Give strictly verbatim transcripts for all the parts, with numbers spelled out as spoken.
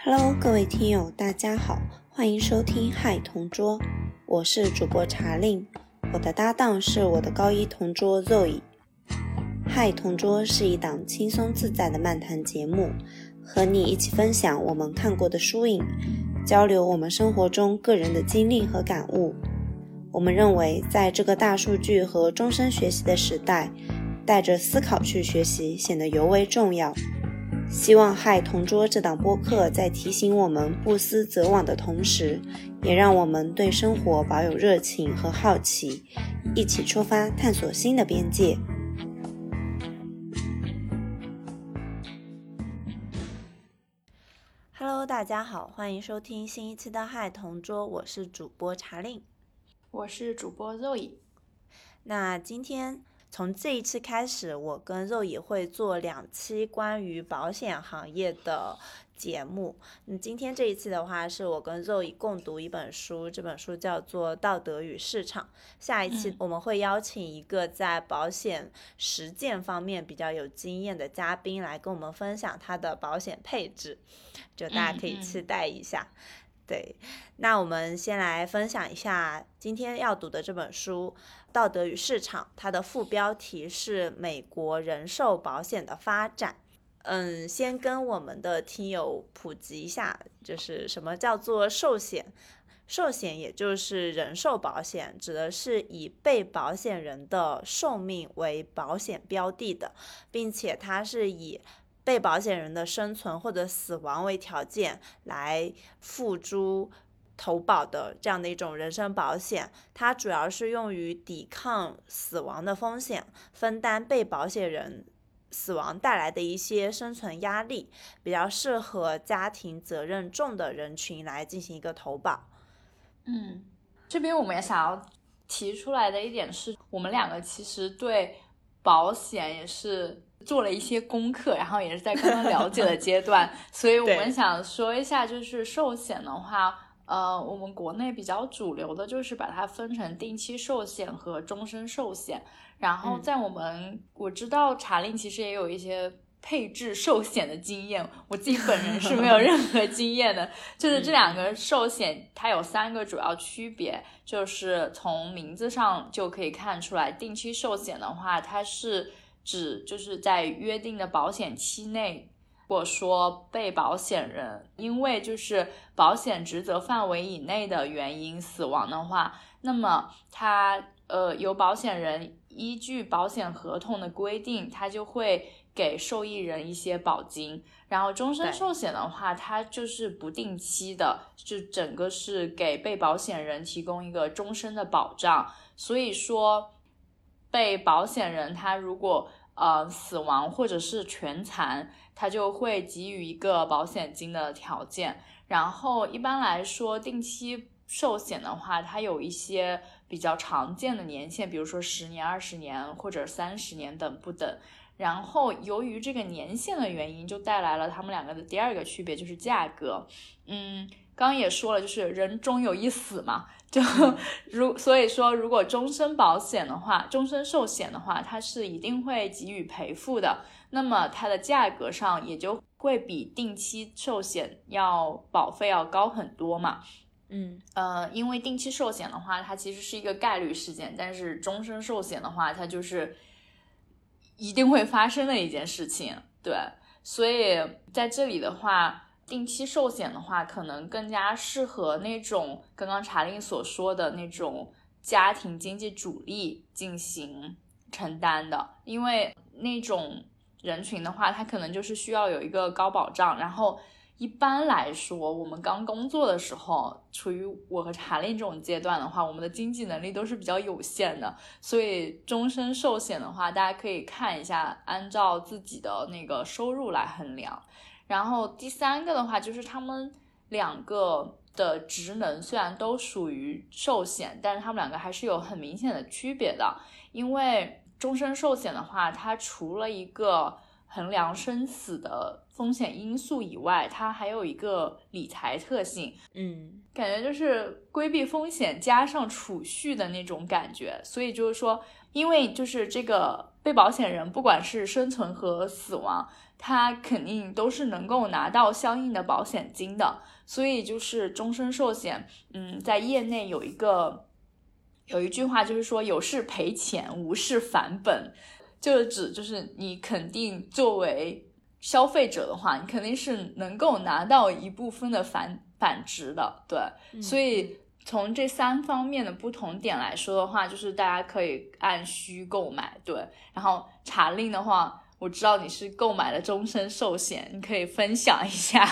Hello， 各位听友，大家好，欢迎收听嗨同桌，我是主播茶令，我的搭档是我的高一同桌 Zoe。嗨同桌是一档轻松自在的漫谈节目，和你一起分享我们看过的书影，交流我们生活中个人的经历和感悟。我们认为，在这个大数据和终身学习的时代，带着思考去学习显得尤为重要。希望嗨同桌这档播客在提醒我们不思则罔的同时，也让我们对生活保有热情和好奇，一起出发探索新的边界。Hello， 大家好，欢迎收听新一期的嗨同桌，我是主播茶令， 我是主播 Zoe。 那今天从这一期开始，我跟肉也会做两期关于保险行业的节目。那今天这一期的话，是我跟肉也共读一本书，这本书叫做《道德与市场》。下一期我们会邀请一个在保险实践方面比较有经验的嘉宾来跟我们分享他的保险配置，就大家可以期待一下。嗯嗯对，那我们先来分享一下今天要读的这本书《道德与市场》，它的副标题是美国人寿保险的发展。嗯，先跟我们的听友普及一下，就是什么叫做寿险。寿险也就是人寿保险，指的是以被保险人的寿命为保险标的的，并且它是以被保险人的生存或者死亡为条件来付诸投保的这样的一种人身保险。它主要是用于抵抗死亡的风险，分担被保险人死亡带来的一些生存压力，比较适合家庭责任重的人群来进行一个投保。 嗯，这边我们也想要提出来的一点是，我们两个其实对保险也是做了一些功课，然后也是在刚刚了解的阶段所以我们想说一下，就是寿险的话呃，我们国内比较主流的就是把它分成定期寿险和终身寿险。然后在我们、嗯、我知道茶令其实也有一些配置寿险的经验，我自己本人是没有任何经验的就是这两个寿险它有三个主要区别，就是从名字上就可以看出来。定期寿险的话，它是指就是在约定的保险期内，如果说被保险人因为就是保险职责范围以内的原因死亡的话，那么他呃由保险人依据保险合同的规定，他就会给受益人一些保金。然后终身寿险的话，它就是不定期的，就整个是给被保险人提供一个终身的保障。所以说被保险人他如果呃死亡或者是全残，他就会给予一个保险金的条件。然后一般来说定期寿险的话，它有一些比较常见的年限，比如说十年、二十年或者三十年等不等。然后由于这个年限的原因，就带来了他们两个的第二个区别，就是价格。嗯，刚刚也说了，就是人终有一死嘛，就如所以说如果终身保险的话，终身寿险的话，它是一定会给予赔付的，那么它的价格上也就会比定期寿险要保费要高很多嘛。 嗯， 呃，因为定期寿险的话，它其实是一个概率事件，但是终身寿险的话，它就是一定会发生的一件事情。对，所以在这里的话，定期寿险的话可能更加适合那种刚刚茶令所说的那种家庭经济主力进行承担的，因为那种人群的话，他可能就是需要有一个高保障。然后一般来说我们刚工作的时候，处于我和茶令这种阶段的话，我们的经济能力都是比较有限的，所以终身寿险的话，大家可以看一下，按照自己的那个收入来衡量。然后第三个的话，就是他们两个的职能虽然都属于寿险，但是他们两个还是有很明显的区别的。因为终身寿险的话，它除了一个衡量生死的风险因素以外，它还有一个理财特性， 嗯， 感觉就是规避风险加上储蓄的那种感觉。所以就是说，因为就是这个被保险人不管是生存和死亡，他肯定都是能够拿到相应的保险金的，所以就是终身寿险，嗯，在业内有一个有一句话就是说，有事赔钱，无事返本，就是指就是你肯定作为消费者的话，你肯定是能够拿到一部分的返返值的，对， 嗯、 所以从这三方面的不同点来说的话，就是大家可以按需购买，对。然后查令的话，我知道你是购买了终身寿险，你可以分享一下。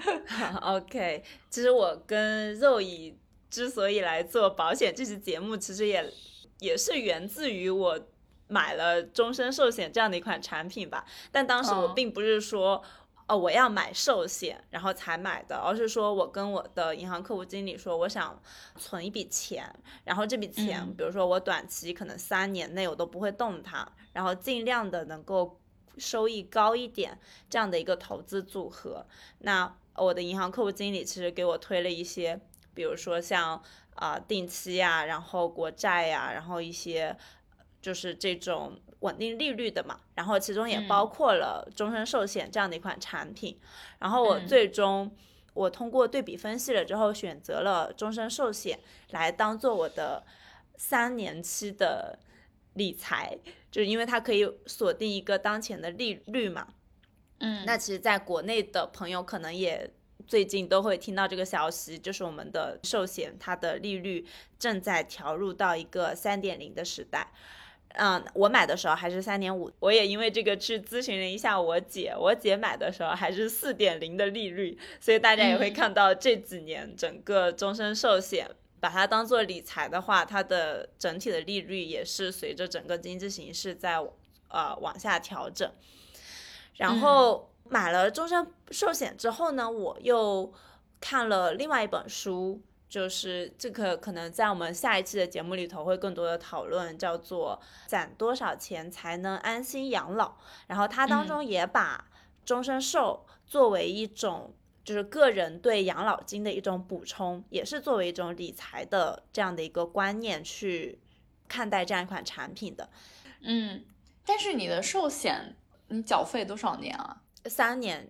OK， 其实我跟肉乙之所以来做保险这期节目，其实也也是源自于我买了终身寿险这样的一款产品吧。但当时我并不是说、嗯、哦我要买寿险然后才买的，而是说我跟我的银行客户经理说，我想存一笔钱，然后这笔钱、嗯、比如说我短期可能三年内我都不会动它，然后尽量的能够收益高一点，这样的一个投资组合。那我的银行客户经理其实给我推了一些，比如说像啊、呃、定期呀，然后国债呀，然后一些就是这种稳定利率的嘛，然后其中也包括了终身寿险这样的一款产品、嗯、然后我最终、嗯、我通过对比分析了之后选择了终身寿险来当做我的三年期的理财，就是因为它可以锁定一个当前的利率嘛。 嗯， 那其实在国内的朋友可能也最近都会听到这个消息，就是我们的寿险它的利率正在调入到一个 三点零 的时代。嗯，我买的时候还是 三点五， 我也因为这个去咨询了一下我姐，我姐买的时候还是 四点零 的利率，所以大家也会看到这几年整个终身寿险、嗯、把它当做理财的话，它的整体的利率也是随着整个经济形势在呃往下调整。然后买了终身寿险之后呢，我又看了另外一本书，就是这个可能在我们下一期的节目里头会更多的讨论，叫做攒多少钱才能安心养老。然后它当中也把终身寿作为一种就是个人对养老金的一种补充，也是作为一种理财的这样的一个观念去看待这样一款产品的。 嗯，但是你的寿险你缴费多少年啊？ 三年。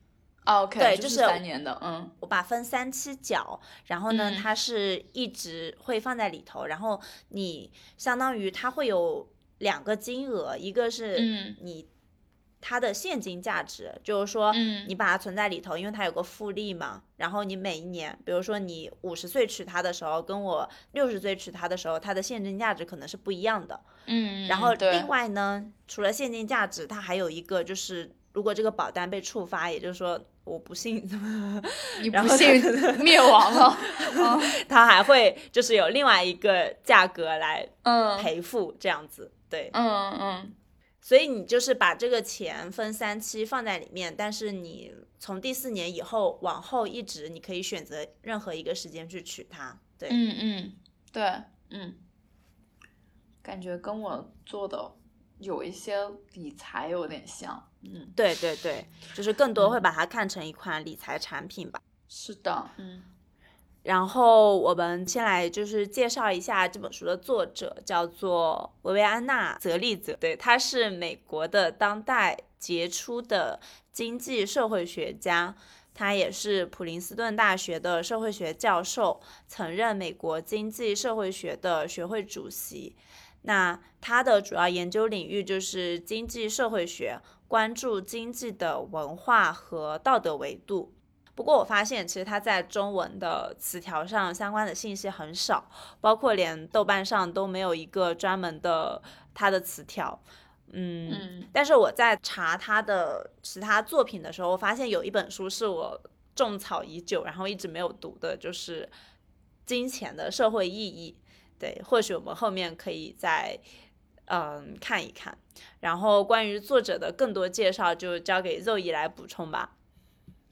Oh, OK， 对， 就是三年的，嗯， 我把分三期缴，然后呢、嗯，它是一直会放在里头，然后你相当于它会有两个金额，一个是你它的现金价值，嗯、就是说你把它存在里头，因为它有个复利嘛，然后你每一年，比如说你五十岁取它的时候，跟我六十岁取它的时候，它的现金价值可能是不一样的， 嗯， 然后另外呢，除了现金价值，它还有一个就是，如果这个保单被触发，也就是说我不幸你不幸灭亡了它还会就是有另外一个价格来赔付这样子。对， 嗯嗯， 所以你就是把这个钱分三期放在里面，但是你从第四年以后往后一直你可以选择任何一个时间去取它。对， 嗯嗯，对，嗯，感觉跟我做的有一些理财有点像。嗯， 对对对，就是更多会把它看成一款理财产品吧。 嗯、是的，嗯。 然后我们先来就是介绍一下这本书的作者，叫做维维安娜·泽利泽。对，他是美国的当代杰出的经济社会学家，他也是普林斯顿大学的社会学教授，曾任美国经济社会学的学会主席。那他的主要研究领域就是经济社会学，关注经济的文化和道德维度。不过我发现其实他在中文的词条上相关的信息很少，包括连豆瓣上都没有一个专门的他的词条。嗯, 嗯但是我在查他的其他作品的时候，我发现有一本书是我种草已久然后一直没有读的，就是金钱的社会意义。对，或许我们后面可以再嗯看一看，然后关于作者的更多介绍就交给肉乙来补充吧。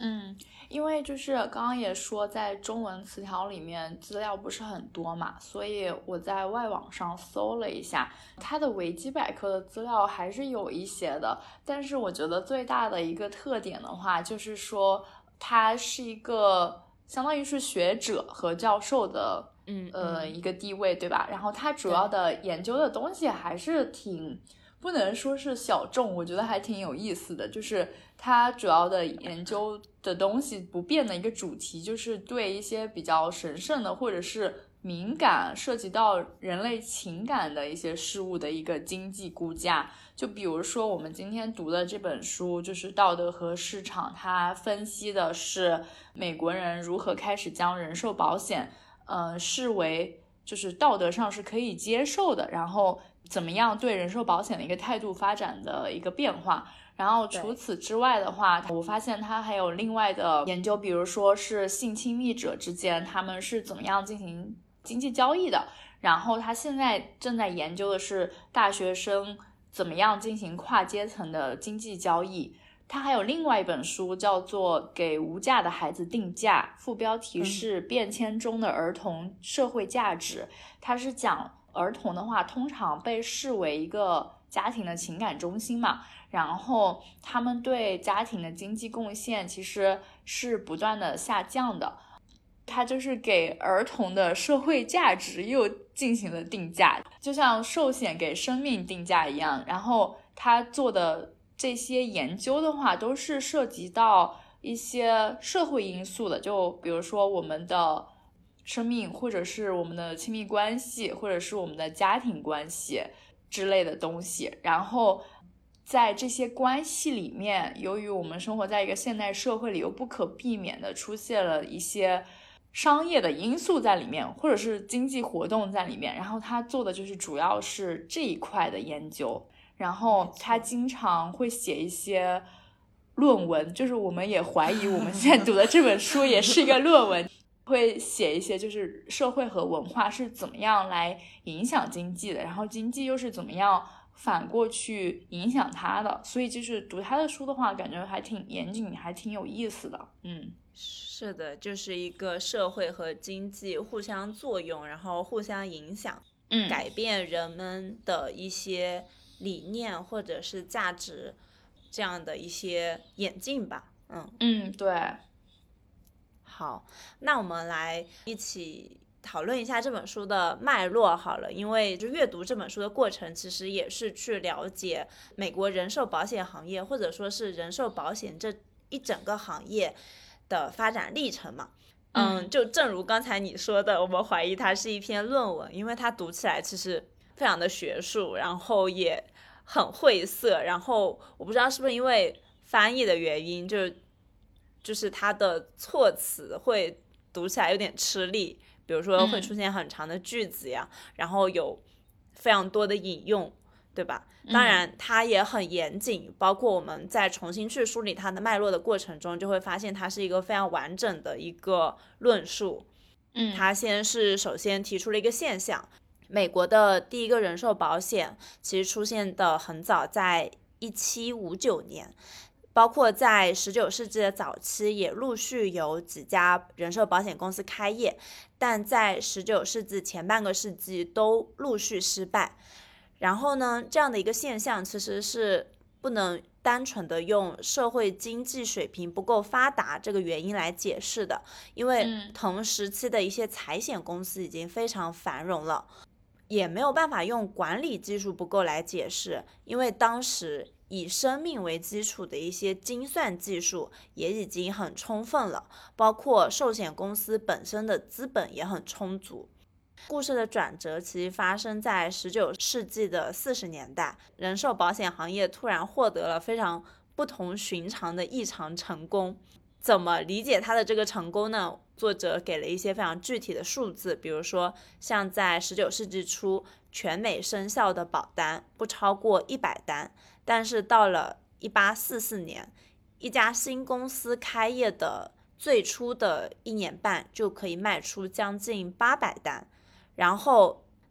嗯，因为就是刚刚也说，在中文词条里面资料不是很多嘛，所以我在外网上搜了一下，它的维基百科的资料还是有一些的，但是我觉得最大的一个特点的话，就是说它是一个相当于是学者和教授的， 嗯呃， 嗯一个地位，对吧？然后它主要的研究的东西还是挺。不能说是小众，我觉得还挺有意思的，就是它主要的研究的东西不变的一个主题，就是对一些比较神圣的或者是敏感涉及到人类情感的一些事物的一个经济估价。就比如说我们今天读的这本书就是《道德和市场》，它分析的是美国人如何开始将人寿保险呃视为就是道德上是可以接受的，然后怎么样对人寿保险的一个态度发展的一个变化。然后除此之外的话，我发现它还有另外的研究，比如说是性亲密者之间他们是怎么样进行经济交易的，然后他现在正在研究的是大学生怎么样进行跨阶层的经济交易。他还有另外一本书叫做《给无价的孩子定价》，副标题是变迁中的儿童社会价值。它是讲儿童的话通常被视为一个家庭的情感中心嘛，然后他们对家庭的经济贡献其实是不断的下降的，它就是给儿童的社会价值又进行了定价，就像寿险给生命定价一样。然后他做的这些研究的话都是涉及到一些社会因素的，就比如说我们的生命，或者是我们的亲密关系，或者是我们的家庭关系之类的东西。然后在这些关系里面，由于我们生活在一个现代社会里，又不可避免的出现了一些商业的因素在里面，或者是经济活动在里面，然后他做的就是主要是这一块的研究。然后他经常会写一些论文，就是我们也怀疑我们现在读的这本书也是一个论文会写一些就是社会和文化是怎么样来影响经济的，然后经济又是怎么样反过去影响它的，所以就是读他的书的话感觉还挺严谨，还挺有意思的。嗯， 是的，就是一个社会和经济互相作用，然后互相影响， 嗯， 改变人们的一些理念或者是价值，这样的一些演进吧。嗯嗯，对。 好，那我们来一起讨论一下这本书的脉络好了，因为就阅读这本书的过程，其实也是去了解美国人寿保险行业，或者说是人寿保险这一整个行业的发展历程嘛。嗯，就正如刚才你说的，我们怀疑它是一篇论文，因为它读起来其实非常的学术，然后也很晦涩，然后我不知道是不是因为翻译的原因，就就是它的措辞会读起来有点吃力，比如说会出现很长的句子呀，嗯、然后有非常多的引用，对吧？当然它也很严谨，包括我们在重新去梳理它的脉络的过程中，就会发现它是一个非常完整的一个论述。 嗯， 它先是首先提出了一个现象，美国的第一个人寿保险其实出现的很早，在一七五九年，包括在十九世纪的早期也陆续有几家人寿保险公司开业，但在十九世纪前半个世纪都陆续失败。然后呢，这样的一个现象其实是不能单纯的用社会经济水平不够发达这个原因来解释的，因为同时期的一些财险公司已经非常繁荣了，也没有办法用管理技术不够来解释，因为当时以生命为基础的一些精算技术也已经很充分了，包括寿险公司本身的资本也很充足。故事的转折其实发生在十九世纪的四十年代，人寿保险行业突然获得了非常不同寻常的异常成功。怎么理解它的这个成功呢？作者给了一些非常具体的数字，比如说像在十九世纪初，全美生效的保单不超过一百单，但是到了一八四四年，一家新公司开业的最初的一年半就可以卖出将近八百单，然后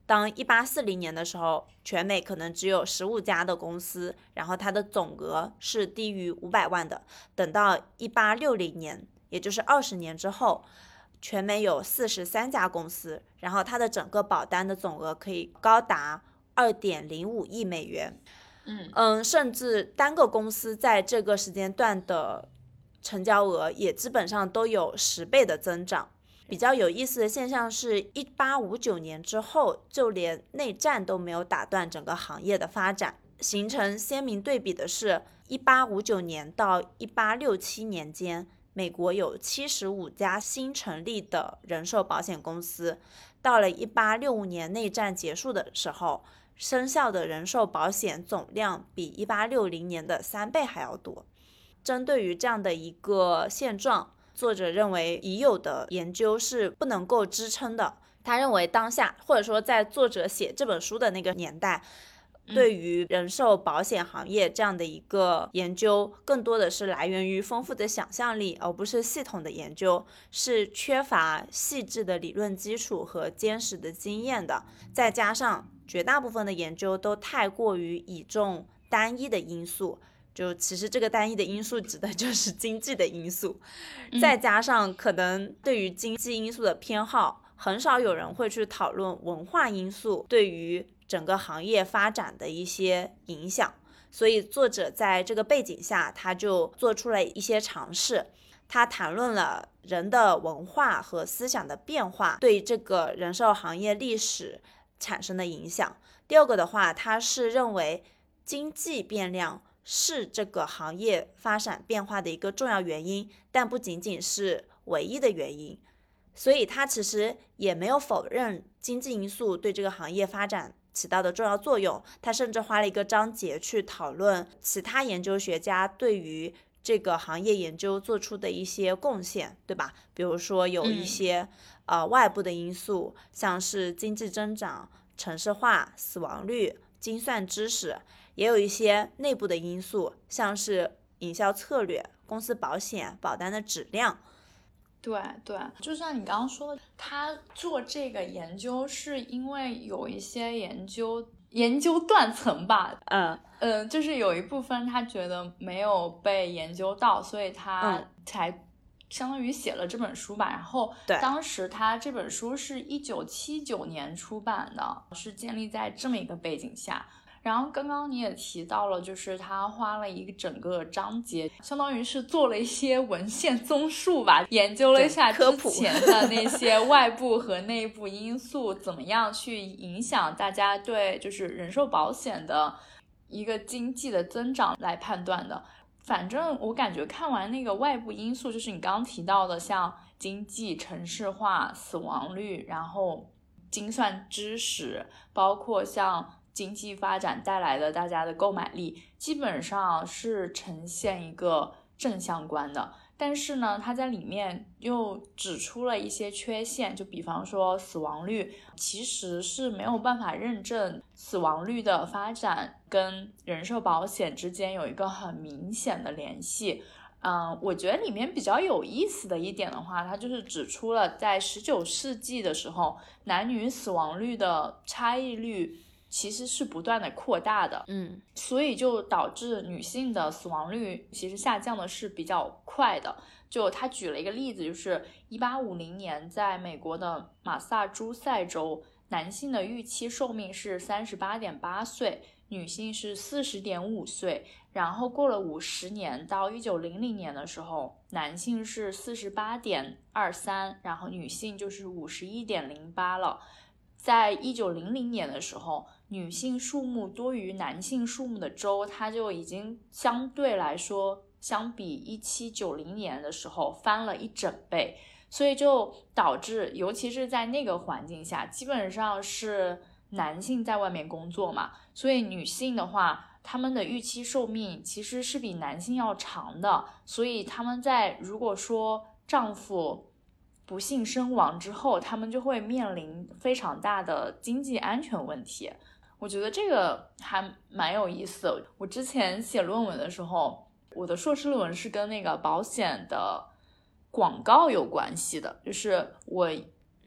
当一八四零年的时候，全美可能只有十五家的公司，然后它的总额是低于五百万的。等到一八六零年，也就是二十年之后，全美有四十三家公司，然后它的整个保单的总额可以高达二点零五亿美元。 嗯嗯，甚至单个公司在这个时间段的成交额也基本上都有十倍的增长。比较有意思的现象是，一八五九年之后，就连内战都没有打断整个行业的发展。形成鲜明对比的是，一八五九年到一八六七年间，美国有七十五家新成立的人寿保险公司。到了一八六五年内战结束的时候，生效的人寿保险总量比一八六零年的三倍还要多。针对于这样的一个现状，作者认为已有的研究是不能够支撑的。他认为当下，或者说在作者写这本书的那个年代，对于人寿保险行业这样的一个研究，更多的是来源于丰富的想象力，而不是系统的研究，是缺乏细致的理论基础和坚实的经验的。再加上绝大部分的研究都太过于倚重单一的因素，就其实这个单一的因素指的就是经济的因素，再加上可能对于经济因素的偏好，很少有人会去讨论文化因素对于整个行业发展的一些影响。所以作者在这个背景下，他就做出了一些尝试。他谈论了人的文化和思想的变化对这个人寿行业历史产生的影响。第二个的话，他是认为经济变量是这个行业发展变化的一个重要原因，但不仅仅是唯一的原因。所以他其实也没有否认经济因素对这个行业发展起到的重要作用，他甚至花了一个章节去讨论其他研究学家对于这个行业研究做出的一些贡献，对吧？比如说有一些、嗯、呃外部的因素，像是经济增长、城市化、死亡率、精算知识，也有一些内部的因素，像是营销策略、公司保险、保单的质量。 对对，就像你刚刚说的，他做这个研究是因为有一些研究研究断层吧， 嗯嗯、呃，就是有一部分他觉得没有被研究到，所以他才相当于写了这本书吧。然后当时他这本书是一九七九年出版的，是建立在这么一个背景下。然后刚刚你也提到了，就是他花了一个整个章节，相当于是做了一些文献综述吧，研究了一下之前的那些外部和内部因素怎么样去影响大家对就是人寿保险的一个经济的增长来判断的。反正我感觉看完那个外部因素，就是你刚刚提到的像经济、城市化、死亡率，然后精算知识，包括像经济发展带来的大家的购买力，基本上是呈现一个正相关的。但是呢，它在里面又指出了一些缺陷，就比方说死亡率其实是没有办法认证死亡率的发展跟人寿保险之间有一个很明显的联系。嗯，我觉得里面比较有意思的一点的话，它就是指出了在十九世纪的时候，男女死亡率的差异率其实是不断的扩大的， 嗯， 所以就导致女性的死亡率其实下降的是比较快的。就他举了一个例子，就是一八五零年在美国的马萨诸塞州，男性的预期寿命是三十八点八岁，女性是四十点五岁。然后过了五十年，到一九零零年的时候，男性是四十八点二三，然后女性就是五十一点零八了。在一九零零年的时候，女性数目多于男性数目的州，它就已经相对来说相比一七九零年的时候翻了一整倍，所以就导致尤其是在那个环境下，基本上是男性在外面工作嘛，所以女性的话他们的预期寿命其实是比男性要长的，所以他们在如果说丈夫不幸身亡之后，他们就会面临非常大的经济安全问题。我觉得这个还蛮有意思的。我之前写论文的时候，我的硕士论文是跟那个保险的广告有关系的，就是我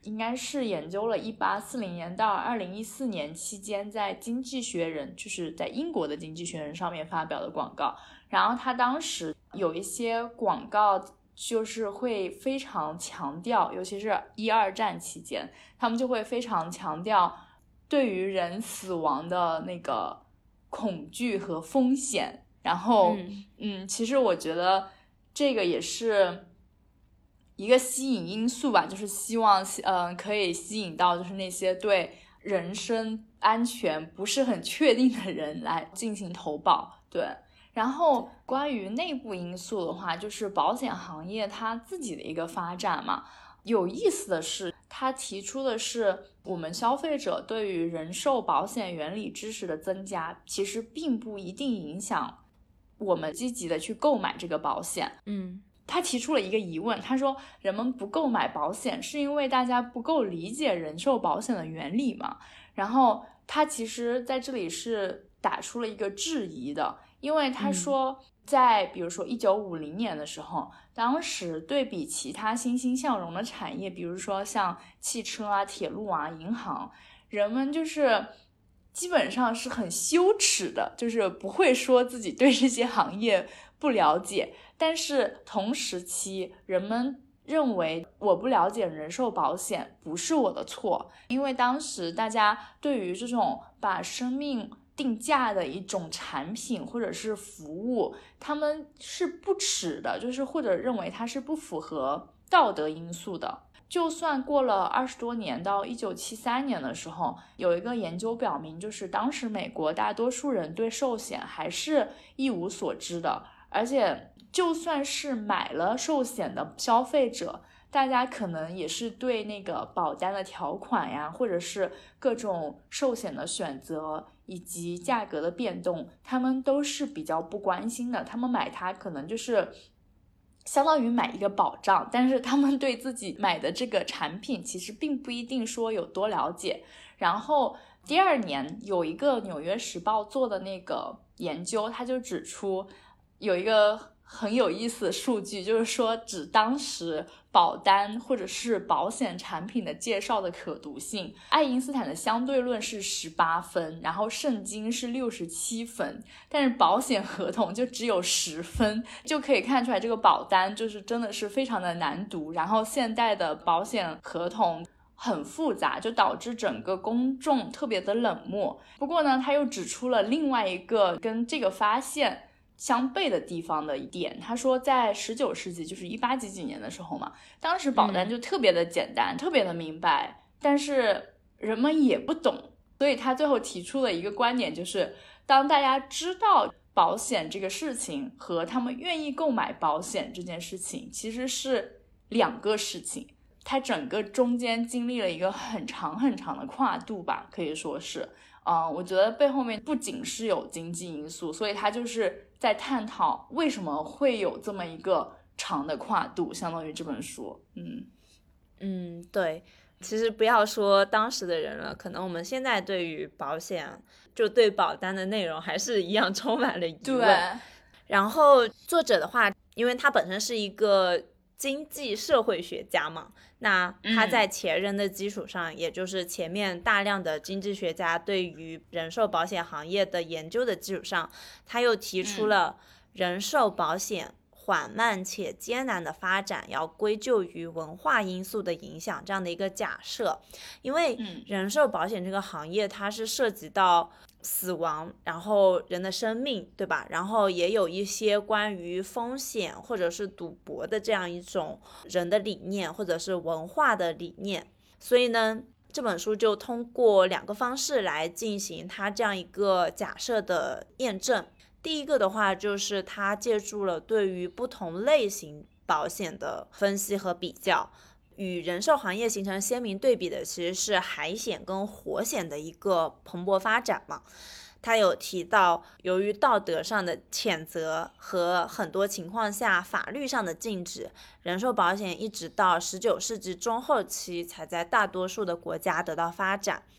应该是研究了一八四零年到二零一四年期间在经济学人，就是在英国的经济学人上面发表的广告。然后他当时有一些广告就是会非常强调，尤其是一二战期间，他们就会非常强调对于人死亡的那个恐惧和风险。然后 嗯, 嗯，其实我觉得这个也是一个吸引因素吧，就是希望嗯、呃、可以吸引到就是那些对人身安全不是很确定的人来进行投保。对，然后关于内部因素的话，就是保险行业它自己的一个发展嘛。有意思的是，他提出的是我们消费者对于人寿保险原理知识的增加，其实并不一定影响我们积极的去购买这个保险。 嗯， 他提出了一个疑问，他说人们不购买保险是因为大家不够理解人寿保险的原理吗？然后他其实在这里是打出了一个质疑的，因为他说在比如说一九五零年的时候，当时对比其他欣欣向荣的产业，比如说像汽车啊、铁路啊、银行，人们就是基本上是很羞耻的，就是不会说自己对这些行业不了解。但是同时期人们认为我不了解人寿保险不是我的错，因为当时大家对于这种把生命定价的一种产品或者是服务，他们是不耻的，就是或者认为它是不符合道德因素的。就算过了二十多年，到一九七三年的时候，有一个研究表明，就是当时美国大多数人对寿险还是一无所知的，而且就算是买了寿险的消费者，大家可能也是对那个保单的条款呀，或者是各种寿险的选择以及价格的变动，他们都是比较不关心的。他们买它可能就是相当于买一个保障，但是他们对自己买的这个产品其实并不一定说有多了解。然后第二年有一个纽约时报做的那个研究，他就指出有一个很有意思的数据，就是说指当时保单或者是保险产品的介绍的可读性，爱因斯坦的相对论是十八分，然后圣经是六十七分，但是保险合同就只有十分，就可以看出来这个保单就是真的是非常的难读。然后现代的保险合同很复杂，就导致整个公众特别的冷漠。不过呢，他又指出了另外一个跟这个发现相悖的地方的一点，他说在十九世纪，就是一八几几年的时候嘛，当时保单就特别的简单、嗯、特别的明白，但是人们也不懂。所以他最后提出了一个观点，就是当大家知道保险这个事情和他们愿意购买保险这件事情其实是两个事情，它整个中间经历了一个很长很长的跨度吧，可以说是嗯、呃，我觉得背后面不仅是有经济因素，所以它就是在探讨为什么会有这么一个长的跨度，相当于这本书。嗯嗯，对，其实不要说当时的人了，可能我们现在对于保险，就对保单的内容还是一样充满了疑问。 对， 然后作者的话，因为他本身是一个经济社会学家嘛，那他在前人的基础上、嗯、也就是前面大量的经济学家对于人寿保险行业的研究的基础上，他又提出了人寿保险缓慢且艰难的发展要归咎于文化因素的影响这样的一个假设。因为人寿保险这个行业它是涉及到死亡，然后人的生命，对吧？然后也有一些关于风险或者是赌博的这样一种人的理念或者是文化的理念。所以呢，这本书就通过两个方式来进行它这样一个假设的验证。第一个的话，就是它借助了对于不同类型保险的分析和比较。与人寿行业形成鲜明对比的其实是海险跟火险的一个蓬勃发展嘛。他有提到，由于道德上的谴责和很多情况下法律上的禁止，人寿保险一直到十九世纪中后期才在大多数的国家得到发展。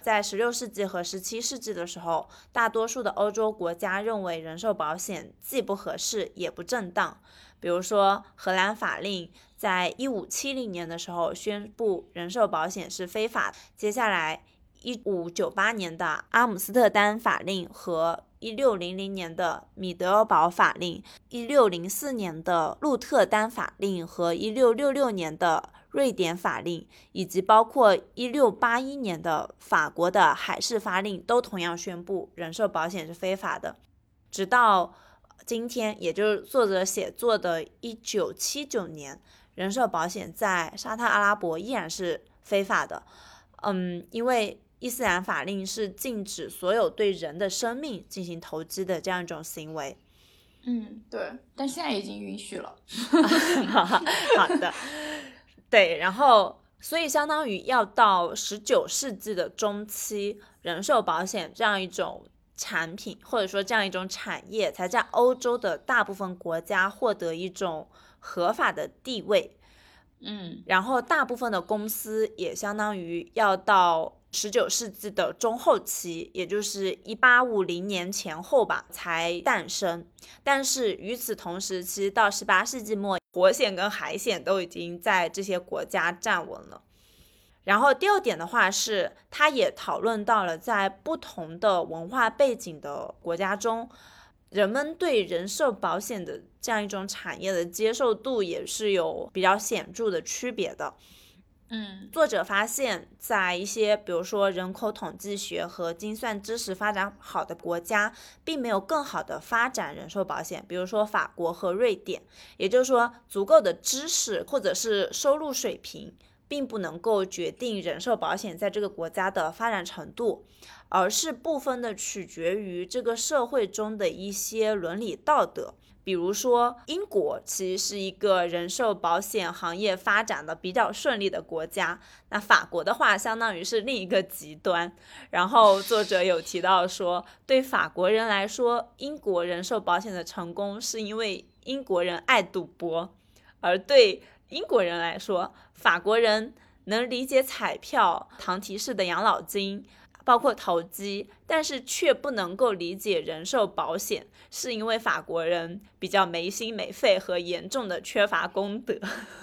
在十六世纪和十七世纪的时候，大多数的欧洲国家认为人寿保险既不合适也不正当。比如说荷兰法令在一五七零年的时候宣布人寿保险是非法的，接下来一五九八年的阿姆斯特丹法令和一六零零年的米德堡法令，一六零四年的鹿特丹法令和一六六六年的瑞典法令，以及包括一六八一年的法国的海事法令，都同样宣布人寿保险是非法的。直到今天，也就是作者写作的一九七九年，人寿保险在沙特阿拉伯依然是非法的。嗯，因为伊斯兰法令是禁止所有对人的生命进行投机的这样一种行为。 嗯，对，但现在已经允许了。 好的，对，然后所以相当于要到十九世纪的中期，人寿保险这样一种产品或者说这样一种产业才在欧洲的大部分国家获得一种合法的地位。 嗯， 然后大部分的公司也相当于要到十九世纪的中后期，也就是一八五零年前后吧，才诞生。但是与此同时期，到十八世纪末，活险跟海险都已经在这些国家站稳了。然后第二点的话是，他也讨论到了在不同的文化背景的国家中，人们对人寿保险的这样一种产业的接受度也是有比较显著的区别的。 嗯， 作者发现在一些比如说人口统计学和精算知识发展好的国家，并没有更好的发展人寿保险，比如说法国和瑞典。也就是说，足够的知识或者是收入水平并不能够决定人寿保险在这个国家的发展程度，而是部分的取决于这个社会中的一些伦理道德。比如说英国其实是一个人寿保险行业发展的比较顺利的国家，那法国的话相当于是另一个极端。然后作者有提到说，对法国人来说，英国人寿保险的成功是因为英国人爱赌博，而对英国人来说，法国人能理解彩票、堂提式的养老金，包括投机，但是却不能够理解人寿保险，是因为法国人比较没心没肺和严重的缺乏公德。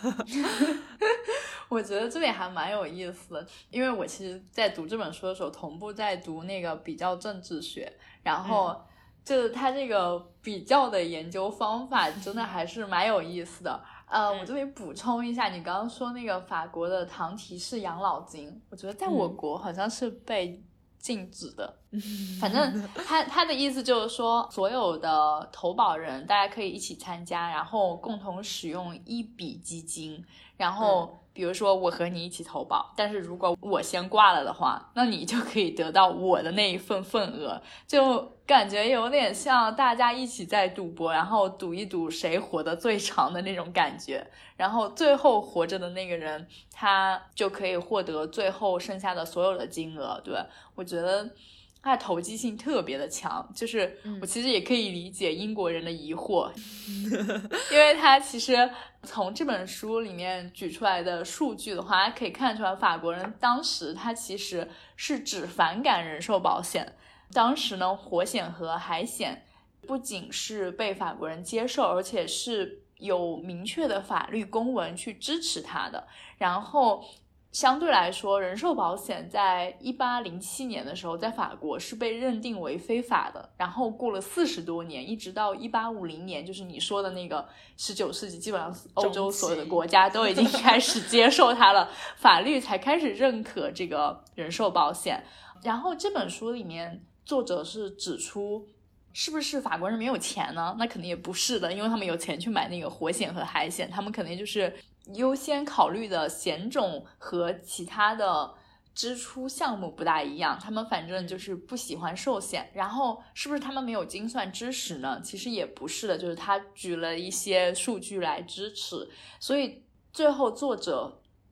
我觉得这里还蛮有意思的，因为我其实在读这本书的时候，同步在读那个比较政治学，然后就是它这个比较的研究方法真的还是蛮有意思的。呃，我这里补充一下，你刚刚说那个法国的堂提式养老金，我觉得在我国好像是被禁止的。反正他他的意思就是说，所有的投保人大家可以一起参加，然后共同使用一笔基金，然后比如说我和你一起投保，但是如果我先挂了的话，那你就可以得到我的那一份份额，就感觉有点像大家一起在赌博，然后赌一赌谁活得最长的那种感觉，然后最后活着的那个人他就可以获得最后剩下的所有的金额。对，我觉得它的投机性特别的强，就是我其实也可以理解英国人的疑惑，因为他其实从这本书里面举出来的数据的话，可以看出来法国人当时他其实是只反感人寿保险。当时呢，活险和海险不仅是被法国人接受，而且是有明确的法律公文去支持它的。然后相对来说，人寿保险在一八零七年的时候在法国是被认定为非法的，然后过了四十多年，一直到一八五零年，就是你说的那个十九世纪，基本上欧洲所有的国家都已经开始接受它了，法律才开始认可这个人寿保险。然后这本书里面作者是指出，是不是法国人没有钱呢？那肯定也不是的，因为他们有钱去买那个活险和海险，他们肯定就是优先考虑的险种和其他的支出项目不大一样，他们反正就是不喜欢寿险。然后是不是他们没有精算知识呢？其实也不是的，就是他举了一些数据来支持。所以最后作者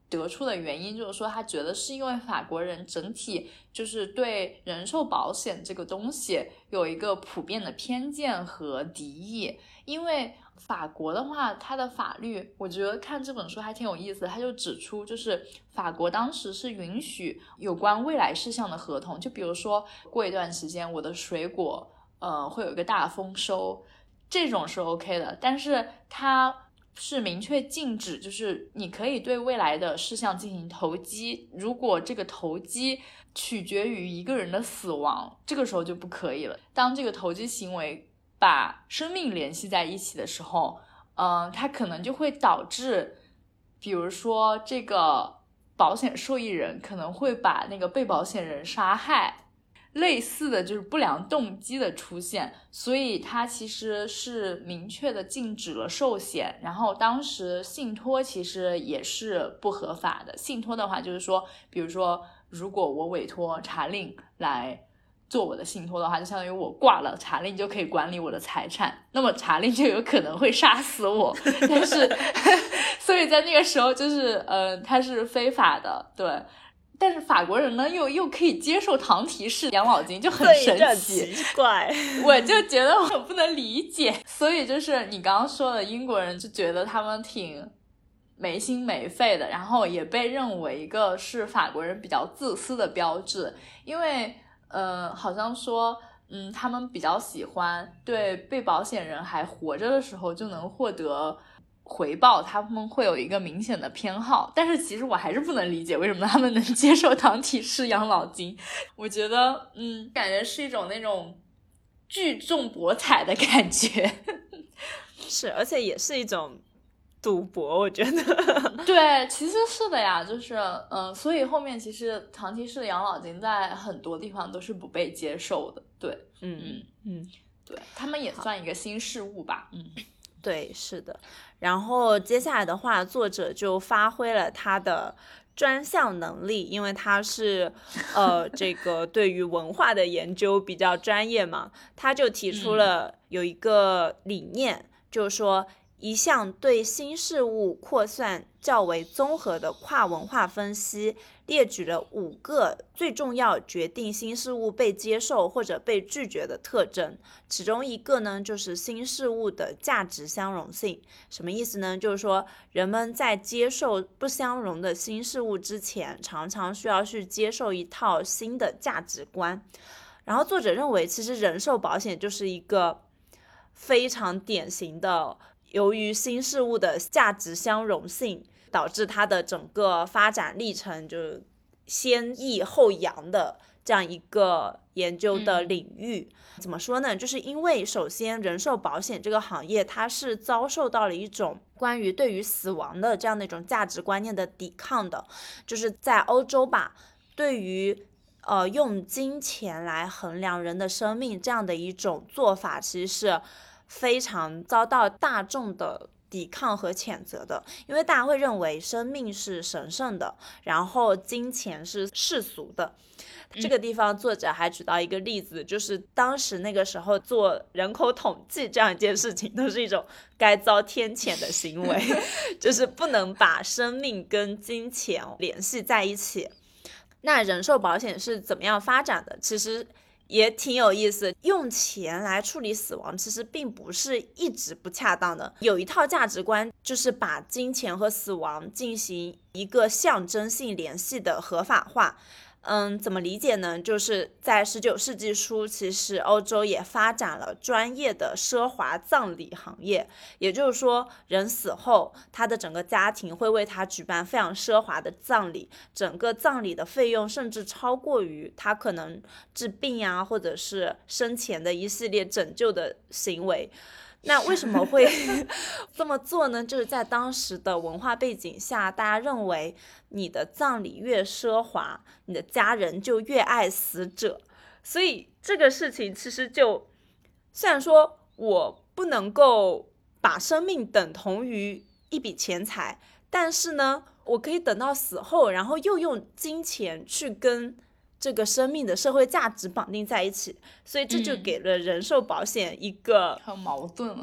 得出的原因就是说，他觉得是因为法国人整体就是对人寿保险这个东西有一个普遍的偏见和敌意。因为法国的话，它的法律我觉得看这本书还挺有意思的，他就指出就是法国当时是允许有关未来事项的合同，就比如说过一段时间我的水果呃会有一个大丰收，这种是 OK 的，但是它是明确禁止就是你可以对未来的事项进行投机，如果这个投机取决于一个人的死亡，这个时候就不可以了。当这个投机行为把生命联系在一起的时候，嗯、呃，它可能就会导致比如说这个保险受益人可能会把那个被保险人杀害，类似的就是不良动机的出现，所以它其实是明确的禁止了寿险。然后当时信托其实也是不合法的，信托的话就是说比如说如果我委托查令来做我的信托的话，就相当于我挂了，查令就可以管理我的财产，那么查令就有可能会杀死我但是所以在那个时候就是呃，它是非法的，对。但是法国人呢又又可以接受堂提式养老金，就很神奇， 奇怪我就觉得我很不能理解。所以就是你刚刚说的英国人就觉得他们挺没心没肺的，然后也被认为一个是法国人比较自私的标志。因为呃，好像说嗯，他们比较喜欢对被保险人还活着的时候就能获得回报，他们会有一个明显的偏好。但是其实我还是不能理解为什么他们能接受堂体式养老金，我觉得嗯，感觉是一种那种聚众博彩的感觉是，而且也是一种赌博，我觉得对，其实是的呀，就是嗯，所以后面其实堂体式的养老金在很多地方都是不被接受的。对， 嗯嗯嗯， 对，他们也算一个新事物吧。嗯， 对，是的。然后接下来的话，作者就发挥了他的专项能力，因为他是呃这个对于文化的研究比较专业嘛，他就提出了有一个理念，嗯、就是说一项对新事物扩散较为综合的跨文化分析，列举了五个最重要决定新事物被接受或者被拒绝的特征。其中一个呢，就是新事物的价值相容性。什么意思呢？就是说人们在接受不相容的新事物之前，常常需要去接受一套新的价值观。然后作者认为，其实人寿保险就是一个非常典型的由于新事物的价值相容性导致它的整个发展历程就是先抑后扬的这样一个研究的领域。嗯、怎么说呢？就是因为首先人寿保险这个行业它是遭受到了一种关于对于死亡的这样的一种价值观念的抵抗的，就是在欧洲吧，对于呃用金钱来衡量人的生命这样的一种做法，其实是非常遭到大众的抵抗和谴责的。因为大家会认为生命是神圣的，然后金钱是世俗的。这个地方作者还举到一个例子，就是当时那个时候做人口统计这样一件事情都是一种该遭天谴的行为就是不能把生命跟金钱联系在一起。那人寿保险是怎么样发展的？其实也挺有意思，用钱来处理死亡其实并不是一直不恰当的。有一套价值观就是把金钱和死亡进行一个象征性联系的合法化。嗯，怎么理解呢？就是在十九世纪初，其实欧洲也发展了专业的奢华葬礼行业，也就是说，人死后，他的整个家庭会为他举办非常奢华的葬礼，整个葬礼的费用甚至超过于他可能治病啊，或者是生前的一系列拯救的行为。那为什么会这么做呢？就是在当时的文化背景下，大家认为你的葬礼越奢华，你的家人就越爱死者。所以这个事情其实就，虽然说我不能够把生命等同于一笔钱财，但是呢，我可以等到死后，然后又用金钱去跟这个生命的社会价值绑定在一起，所以这就给了人寿保险一个、 嗯、很矛盾了。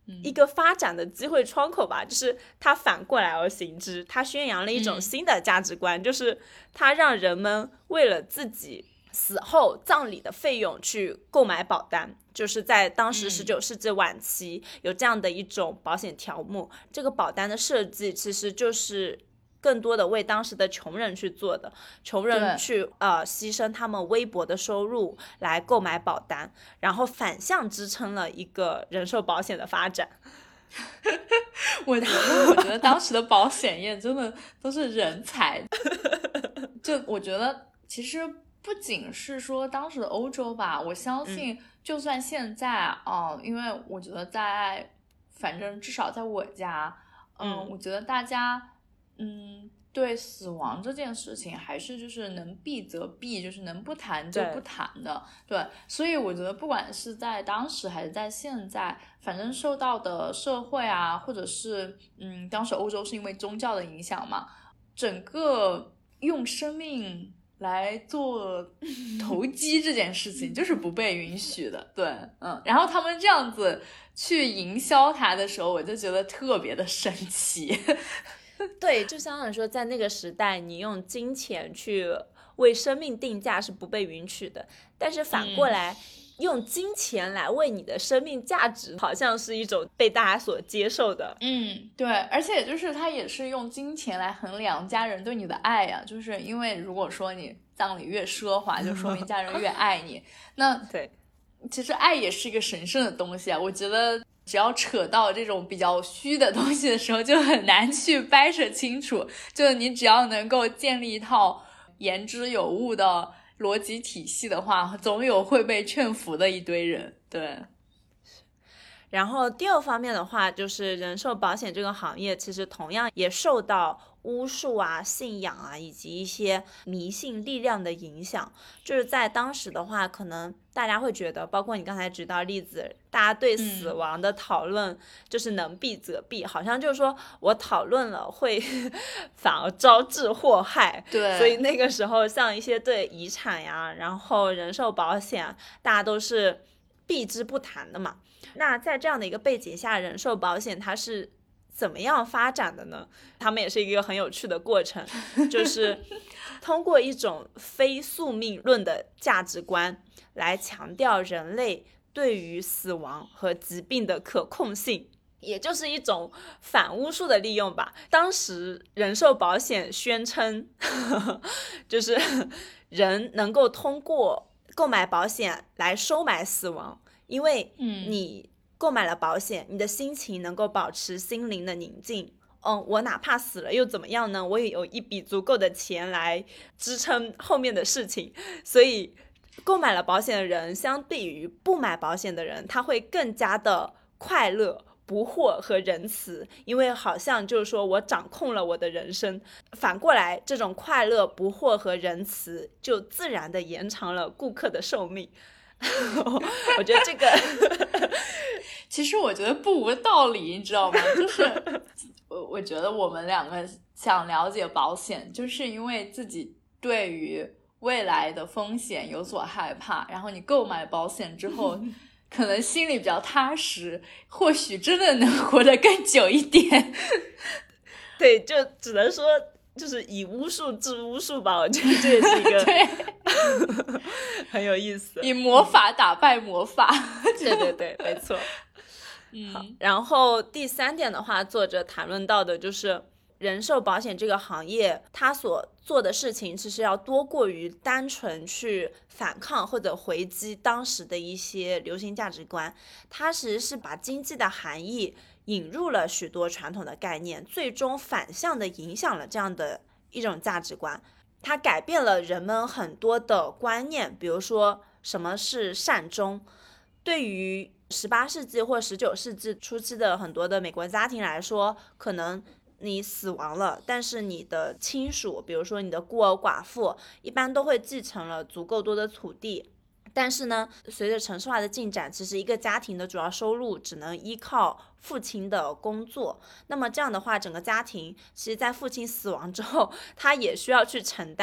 一个发展的机会窗口吧，就是它反过来而行之，它宣扬了一种新的价值观，嗯、就是它让人们为了自己死后葬礼的费用去购买保单，就是在当时十九世纪晚期、嗯、有这样的一种保险条目。这个保单的设计其实就是更多的为当时的穷人去做的，穷人去呃牺牲他们微薄的收入来购买保单，然后反向支撑了一个人寿保险的发展。 我觉得，我觉得当时的保险业真的都是人才。就我觉得，其实不仅是说当时的欧洲吧，我相信就算现在啊、嗯呃，因为我觉得在，反正至少在我家，嗯，嗯我觉得大家。嗯，对死亡这件事情还是就是能避则避，就是能不谈就不谈的。 对, 对，所以我觉得不管是在当时还是在现在，反正受到的社会啊，或者是嗯，当时欧洲是因为宗教的影响嘛，整个用生命来做投机这件事情就是不被允许的。对，嗯，然后他们这样子去营销它的时候，我就觉得特别的神奇。 对，就相当于说在那个时代你用金钱去为生命定价是不被允许的，但是反过来、嗯、用金钱来为你的生命价值好像是一种被大家所接受的。 嗯，对，而且就是他也是用金钱来衡量家人对你的爱呀、啊，就是因为如果说你葬礼越奢华就说明家人越爱你那对， 其实爱也是一个神圣的东西啊，我觉得只要扯到这种比较虚的东西的时候就很难去掰扯清楚，就你只要能够建立一套言之有物的逻辑体系的话，总有会被劝服的一堆人。对， 然后第二方面的话，就是人寿保险这个行业其实同样也受到巫术啊、信仰啊以及一些迷信力量的影响。就是在当时的话，可能大家会觉得，包括你刚才举到例子，大家对死亡的讨论就是能避则避、嗯、好像就是说我讨论了会反而招致祸害。 对， 所以那个时候像一些对遗产呀，然后人寿保险，大家都是避之不谈的嘛。那在这样的一个背景下，人寿保险它是怎么样发展的呢？他们也是一个很有趣的过程，就是通过一种非宿命论的价值观来强调人类对于死亡和疾病的可控性，也就是一种反巫术的利用吧。当时人寿保险宣称呵呵就是人能够通过购买保险来收买死亡，因为你购买了保险，你的心情能够保持心灵的宁静。嗯，我哪怕死了又怎么样呢？我也有一笔足够的钱来支撑后面的事情。所以购买了保险的人相比于不买保险的人，他会更加的快乐、不惑和仁慈，因为好像就是说我掌控了我的人生。反过来，这种快乐、不惑和仁慈就自然的延长了顾客的寿命。我觉得这个其实我觉得不无道理，你知道吗？就是我我觉得我们两个想了解保险，就是因为自己对于未来的风险有所害怕，然后你购买保险之后可能心里比较踏实，或许真的能活得更久一点。 对，就只能说就是以巫术治巫术吧，我觉得这也是一个对很有意思， 以魔法打败魔法。 对对对，没错。嗯，然后第三点的话，作者谈论到的就是人寿保险这个行业，它所做的事情其实要多过于单纯去反抗或者回击当时的一些流行价值观，它其实是把经济的含义引入了许多传统的概念，最终反向的影响了这样的一种价值观。它改变了人们很多的观念，比如说什么是善终。对于十八世纪或十九世纪初期的很多的美国家庭来说，可能你死亡了，但是你的亲属，比如说你的孤儿寡妇，一般都会继承了足够多的土地。但是呢，随着城市化的进展，其实一个家庭的主要收入只能依靠父亲的工作。那么这样的话，整个家庭其实在父亲死亡之后，他也需要去承担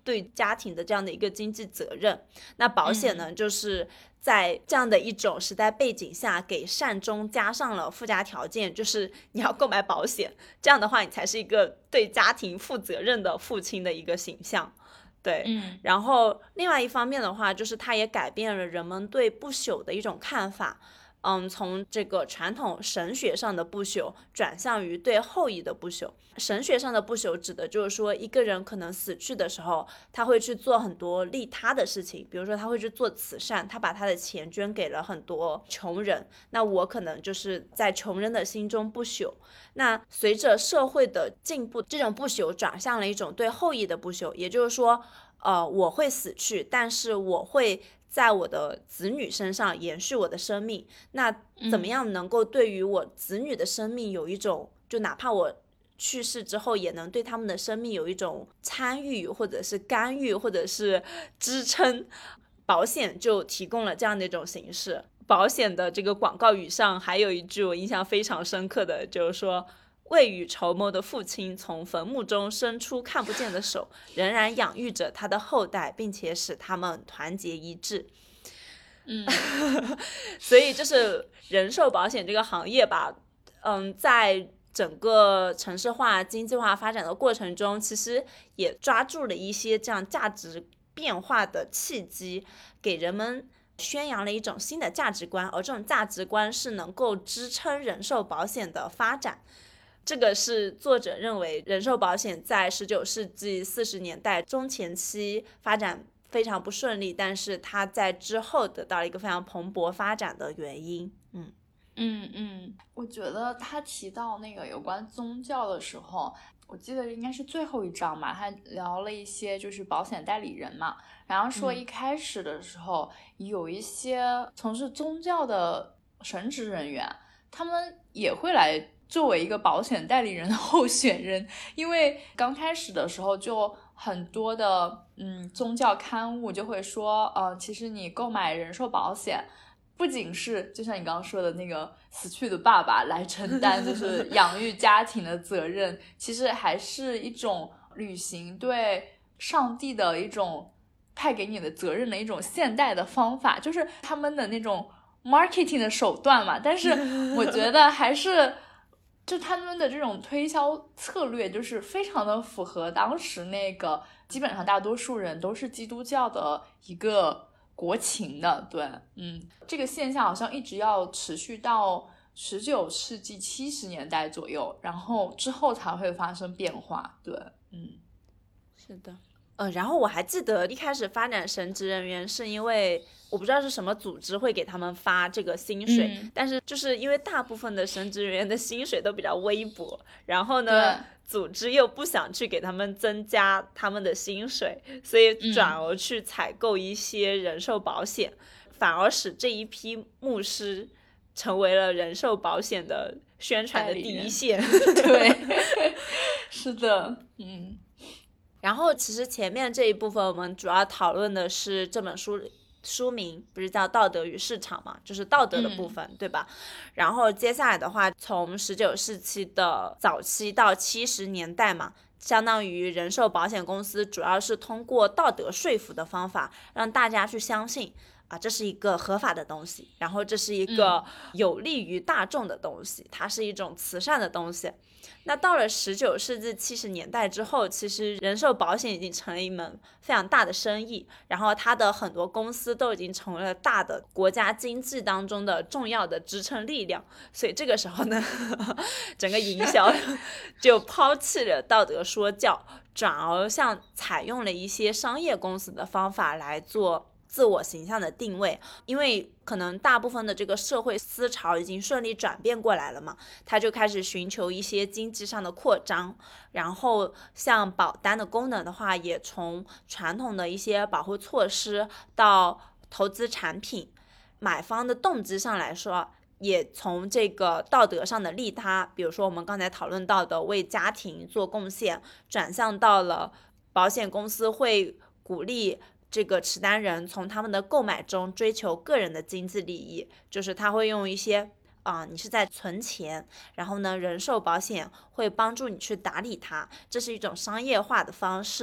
对家庭的这样的一个经济责任。那保险呢，就是在这样的一种时代背景下，给善终加上了附加条件，就是你要购买保险，这样的话你才是一个对家庭负责任的父亲的一个形象。对， 嗯， 然后另外一方面的话，就是它也改变了人们对不朽的一种看法。嗯，从这个传统神学上的不朽转向于对后裔的不朽。神学上的不朽指的就是说，一个人可能死去的时候，他会去做很多利他的事情，比如说他会去做慈善，他把他的钱捐给了很多穷人。那我可能就是在穷人的心中不朽。那随着社会的进步，这种不朽转向了一种对后裔的不朽，也就是说，呃，我会死去，但是我会在我的子女身上延续我的生命。那怎么样能够对于我子女的生命有一种，就哪怕我去世之后，也能对他们的生命有一种参与，或者是干预，或者是支撑？保险就提供了这样的一种形式。保险的这个广告语上还有一句我印象非常深刻的，就是说，未雨绸缪的父亲从坟墓中伸出看不见的手，仍然养育着他的后代，并且使他们团结一致。 嗯， 所以就是人寿保险这个行业吧，嗯，在整个城市化、经济化发展的过程中，其实也抓住了一些这样价值变化的契机，给人们宣扬了一种新的价值观，而这种价值观是能够支撑人寿保险的发展。这个是作者认为人寿保险在十九世纪四十年代中前期发展非常不顺利，但是它在之后得到了一个非常蓬勃发展的原因。嗯嗯嗯，我觉得他提到那个有关宗教的时候，我记得应该是最后一章嘛，他聊了一些就是保险代理人嘛，然后说一开始的时候、嗯、有一些从事宗教的神职人员，他们也会来作为一个保险代理人的候选人，因为刚开始的时候就很多的嗯宗教刊物就会说，呃，其实你购买人寿保险，不仅是就像你刚刚说的那个死去的爸爸来承担就是养育家庭的责任，其实还是一种履行对上帝的一种派给你的责任的一种现代的方法，就是他们的那种 marketing 的手段嘛。但是我觉得还是就他们的这种推销策略就是非常的符合当时那个基本上大多数人都是基督教的一个国情的。对，嗯，这个现象好像一直要持续到十九世纪七十年代左右，然后之后才会发生变化。对，嗯， 是的。呃，然后我还记得一开始发展神职人员是因为我不知道是什么组织会给他们发这个薪水、嗯、但是就是因为大部分的神职人员的薪水都比较微薄，然后呢组织又不想去给他们增加他们的薪水，所以转而去采购一些人寿保险、嗯、反而使这一批牧师成为了人寿保险的宣传的第一线。 对，是的，嗯。 然后其实前面这一部分我们主要讨论的是这本书书名不是叫道德与市场嘛，就是道德的部分、嗯、对吧？然后接下来的话，从十九世纪的早期到七十年代嘛，相当于人寿保险公司主要是通过道德说服的方法让大家去相信啊，这是一个合法的东西，然后这是一个有利于大众的东西、嗯、它是一种慈善的东西。那到了十九世纪七十年代之后，其实人寿保险已经成了一门非常大的生意，然后它的很多公司都已经成为了大的国家经济当中的重要的支撑力量。所以这个时候呢，整个营销就抛弃了道德说教，转而像采用了一些商业公司的方法来做自我形象的定位。因为可能大部分的这个社会思潮已经顺利转变过来了嘛，他就开始寻求一些经济上的扩张，然后像保单的功能的话，也从传统的一些保护措施到投资产品，买方的动机上来说，也从这个道德上的利他，比如说我们刚才讨论到的为家庭做贡献，转向到了保险公司会鼓励这个持单人从他们的购买中追求个人的经济利益，就是他会用一些啊、呃，你是在存钱，然后呢，人寿保险会帮助你去打理它，这是一种商业化的方式。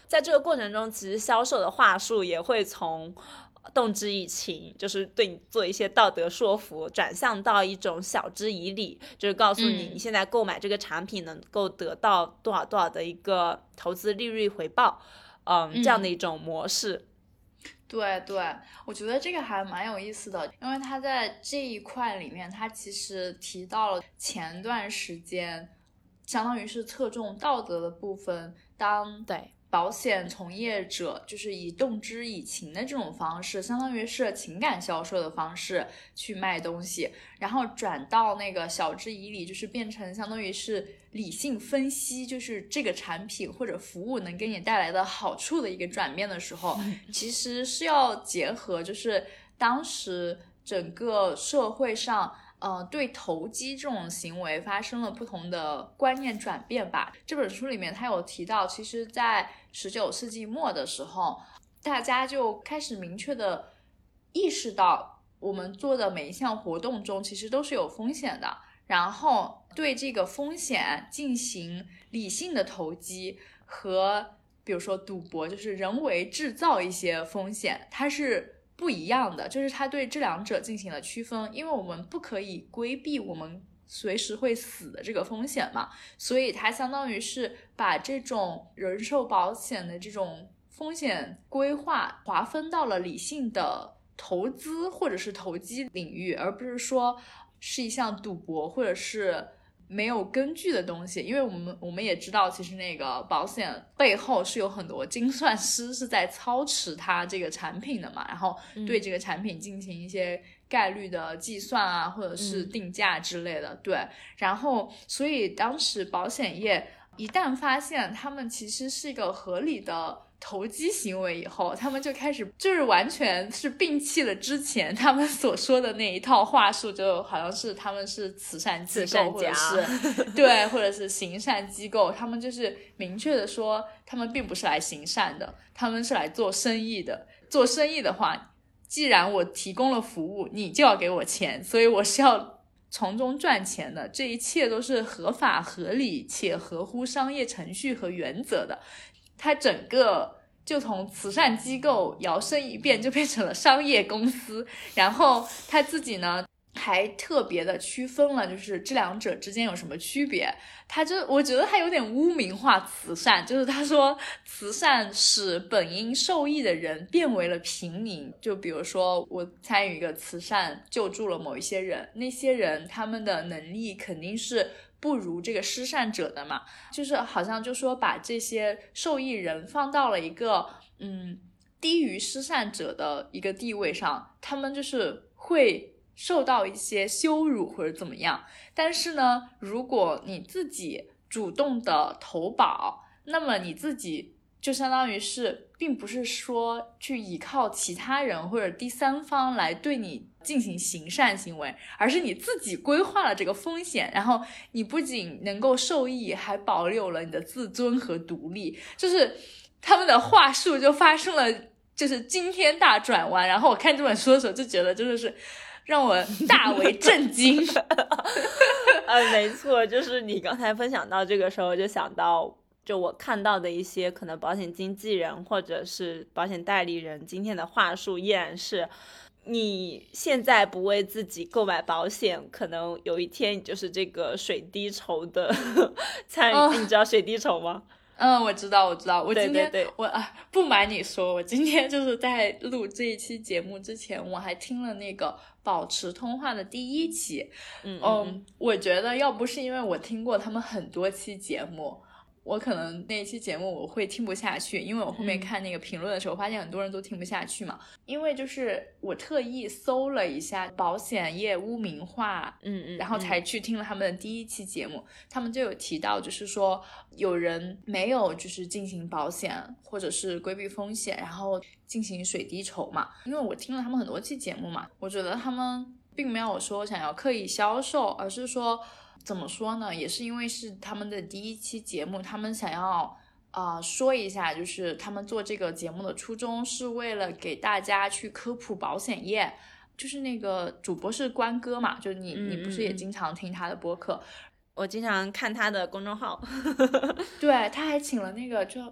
在这个过程中，其实销售的话术也会从动之以情，就是对你做一些道德说服，转向到一种晓之以理，就是告诉你你现在购买这个产品能够得到多少多少的一个投资利率回报，嗯，这样的一种模式。 对对，我觉得这个还蛮有意思的，因为他在这一块里面，他其实提到了前段时间相当于是侧重道德的部分，当对保险从业者就是以动之以情的这种方式，相当于是情感销售的方式去卖东西，然后转到那个晓之以理，就是变成相当于是理性分析，就是这个产品或者服务能给你带来的好处的一个转变的时候，其实是要结合就是当时整个社会上呃，对投机这种行为发生了不同的观念转变吧。这本书里面他有提到，其实在十九世纪末的时候，大家就开始明确的意识到我们做的每一项活动中其实都是有风险的，然后对这个风险进行理性的投机，和比如说赌博，就是人为制造一些风险，它是不一样的，就是他对这两者进行了区分，因为我们不可以规避我们随时会死的这个风险嘛，所以它相当于是把这种人寿保险的这种风险规划划分到了理性的投资或者是投机领域，而不是说是一项赌博或者是没有根据的东西。因为我们我们也知道，其实那个保险背后是有很多精算师是在操持它这个产品的嘛，然后对这个产品进行一些概率的计算啊，或者是定价之类的、嗯、对。然后所以当时保险业一旦发现他们其实是一个合理的投机行为以后，他们就开始就是完全是摒弃了之前他们所说的那一套话术，就好像是他们是慈善机构或者是对或者是行善机构，他们就是明确的说他们并不是来行善的，他们是来做生意的。做生意的话，既然我提供了服务，你就要给我钱，所以我是要从中赚钱的，这一切都是合法合理且合乎商业程序和原则的。它整个就从慈善机构摇身一变就变成了商业公司，然后他自己呢还特别的区分了就是这两者之间有什么区别。他就我觉得他有点污名化慈善，就是他说慈善使本应受益的人变为了平民，就比如说我参与一个慈善救助了某一些人，那些人他们的能力肯定是不如这个施善者的嘛，就是好像就说把这些受益人放到了一个嗯低于施善者的一个地位上，他们就是会受到一些羞辱或者怎么样。但是呢，如果你自己主动的投保，那么你自己就相当于是并不是说去依靠其他人或者第三方来对你进行行善行为，而是你自己规划了这个风险，然后你不仅能够受益，还保留了你的自尊和独立。就是他们的话术就发生了就是惊天大转弯，然后我看这本书的时候就觉得真的是让我大为震惊。 呃，没错，就是你刚才分享到这个时候就想到就我看到的一些可能保险经纪人或者是保险代理人今天的话术依然是你现在不为自己购买保险，可能有一天你就是这个水滴筹的参与、哦、你知道水滴筹吗？ 嗯，我知道我知道我今天对对对我啊不瞒你说，我今天就是在录这一期节目之前，我还听了那个保持通话的第一期。 嗯嗯，我觉得要不是因为我听过他们很多期节目，我可能那一期节目我会听不下去，因为我后面看那个评论的时候、嗯、发现很多人都听不下去嘛。因为就是我特意搜了一下保险业污名化， 嗯嗯， 然后才去听了他们的第一期节目、嗯、他们就有提到就是说有人没有就是进行保险或者是规避风险，然后进行水滴筹嘛。因为我听了他们很多期节目嘛，我觉得他们并没有说想要刻意销售，而是说怎么说呢，也是因为是他们的第一期节目，他们想要呃说一下，就是他们做这个节目的初衷是为了给大家去科普保险业。就是那个主播是关哥嘛，就是你、嗯、你不是也经常听他的播客？ 我经常看他的公众号。 对，他还请了那个就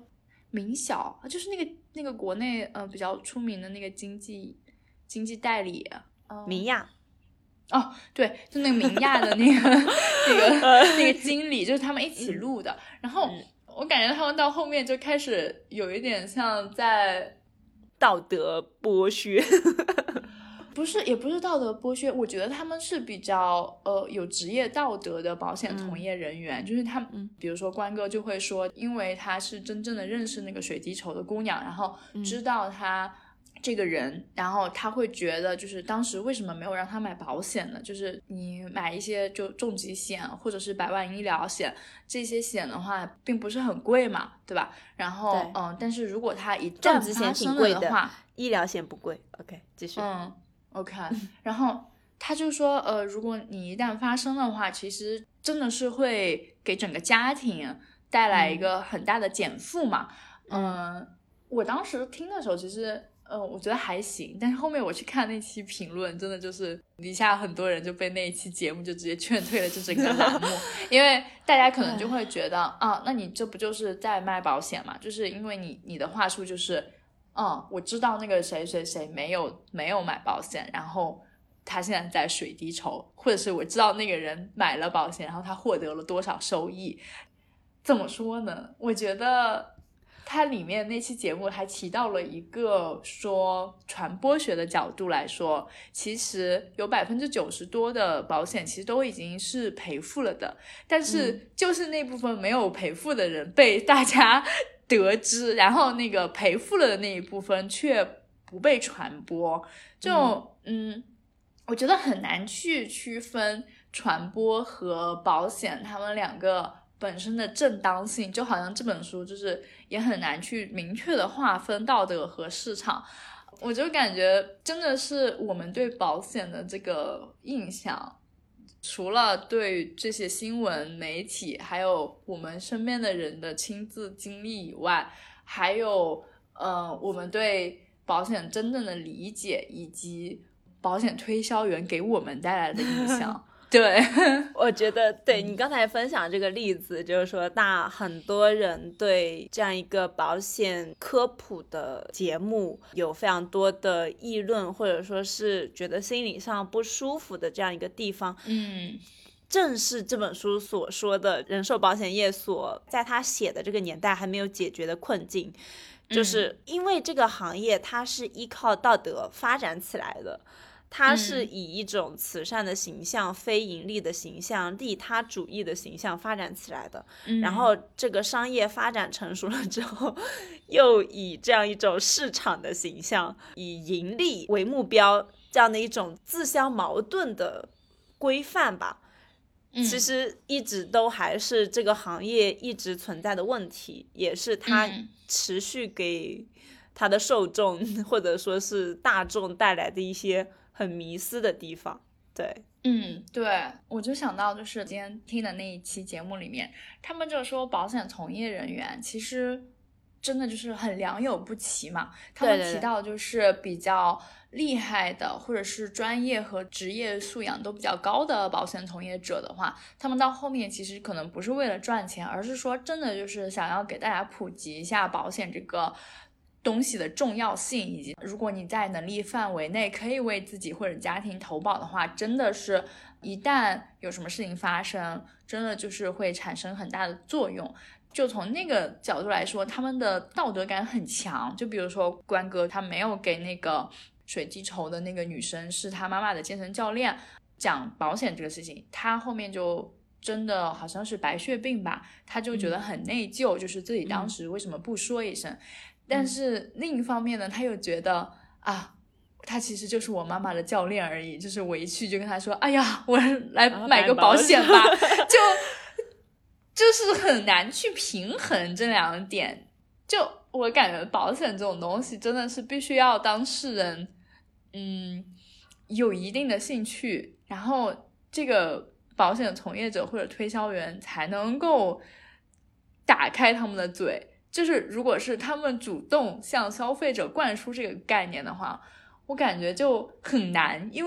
明晓，就是那个那个国内呃比较出名的那个经济经济代理，呃、 明亚。 哦，对，就那个明亚的那个那个那个经理，就是他们一起录的。然后我感觉他们到后面就开始有一点像在道德剥削。 不是，也不是道德剥削，我觉得他们是比较呃有职业道德的保险从业人员，嗯、就是他们，嗯、比如说关哥就会说，因为他是真正的认识那个水滴筹的姑娘，然后知道他这个人，嗯、然后他会觉得就是当时为什么没有让他买保险呢？就是你买一些就重疾险或者是百万医疗险，这些险的话并不是很贵嘛，对吧？然后嗯，但是如果他一旦发生了的话， 医疗险不贵。OK， 继续。 嗯。OK， 然后他就说，呃，如果你一旦发生的话，其实真的是会给整个家庭带来一个很大的减负嘛。嗯、呃，我当时听的时候，其实，呃，我觉得还行，但是后面我去看那期评论，真的就是底下很多人就被那一期节目就直接劝退了这整个栏目，因为大家可能就会觉得，啊，那你这不就是在卖保险嘛？就是因为你你的话术就是。嗯，我知道那个谁谁谁没有没有买保险，然后他现在在水滴筹，或者是我知道那个人买了保险，然后他获得了多少收益。怎么说呢？我觉得它里面那期节目还提到了一个说传播学的角度来说，其实有百分之九十多的保险其实都已经是赔付了的，但是就是那部分没有赔付的人被大家得知，然后那个赔付了的那一部分却不被传播，就 嗯, 嗯，我觉得很难去区分传播和保险他们两个本身的正当性，就好像这本书就是也很难去明确的划分道德和市场。我就感觉真的是我们对保险的这个印象，除了对这些新闻媒体还有我们身边的人的亲自经历以外，还有呃我们对保险真正的理解以及保险推销员给我们带来的影响。对， 我觉得对你刚才分享这个例子，就是说大很多人对这样一个保险科普的节目有非常多的议论，或者说是觉得心理上不舒服的这样一个地方。 嗯， 正是这本书所说的人寿保险业所在他写的这个年代还没有解决的困境，就是因为这个行业它是依靠道德发展起来的，它是以一种慈善的形象、嗯、非盈利的形象、利他主义的形象发展起来的、嗯、然后这个商业发展成熟了之后，又以这样一种市场的形象，以盈利为目标，这样的一种自相矛盾的规范吧，其实一直都还是这个行业一直存在的问题，也是它持续给它的受众、嗯、或者说是大众带来的一些很迷思的地方。对， 嗯，对，我就想到就是今天听的那一期节目里面，他们就说保险从业人员其实真的就是很良莠不齐嘛，他们提到就是比较厉害的或者是专业和职业素养都比较高的保险从业者的话，他们到后面其实可能不是为了赚钱，而是说真的就是想要给大家普及一下保险这个东西的重要性，以及如果你在能力范围内可以为自己或者家庭投保的话，真的是一旦有什么事情发生，真的就是会产生很大的作用。就从那个角度来说，他们的道德感很强，就比如说关哥他没有给那个水滴筹的那个女生是他妈妈的健身教练讲保险这个事情，他后面就真的好像是白血病吧，他就觉得很内疚、嗯、就是自己当时为什么不说一声、嗯、但是另一方面呢，他又觉得啊他其实就是我妈妈的教练而已，就是我一去就跟他说哎呀我来买个保险吧、啊、就就是很难去平衡这两点。就我感觉保险这种东西真的是必须要当事人嗯有一定的兴趣，然后这个保险从业者或者推销员才能够打开他们的嘴，就是如果是他们主动向消费者灌输这个概念的话，我感觉就很难，因为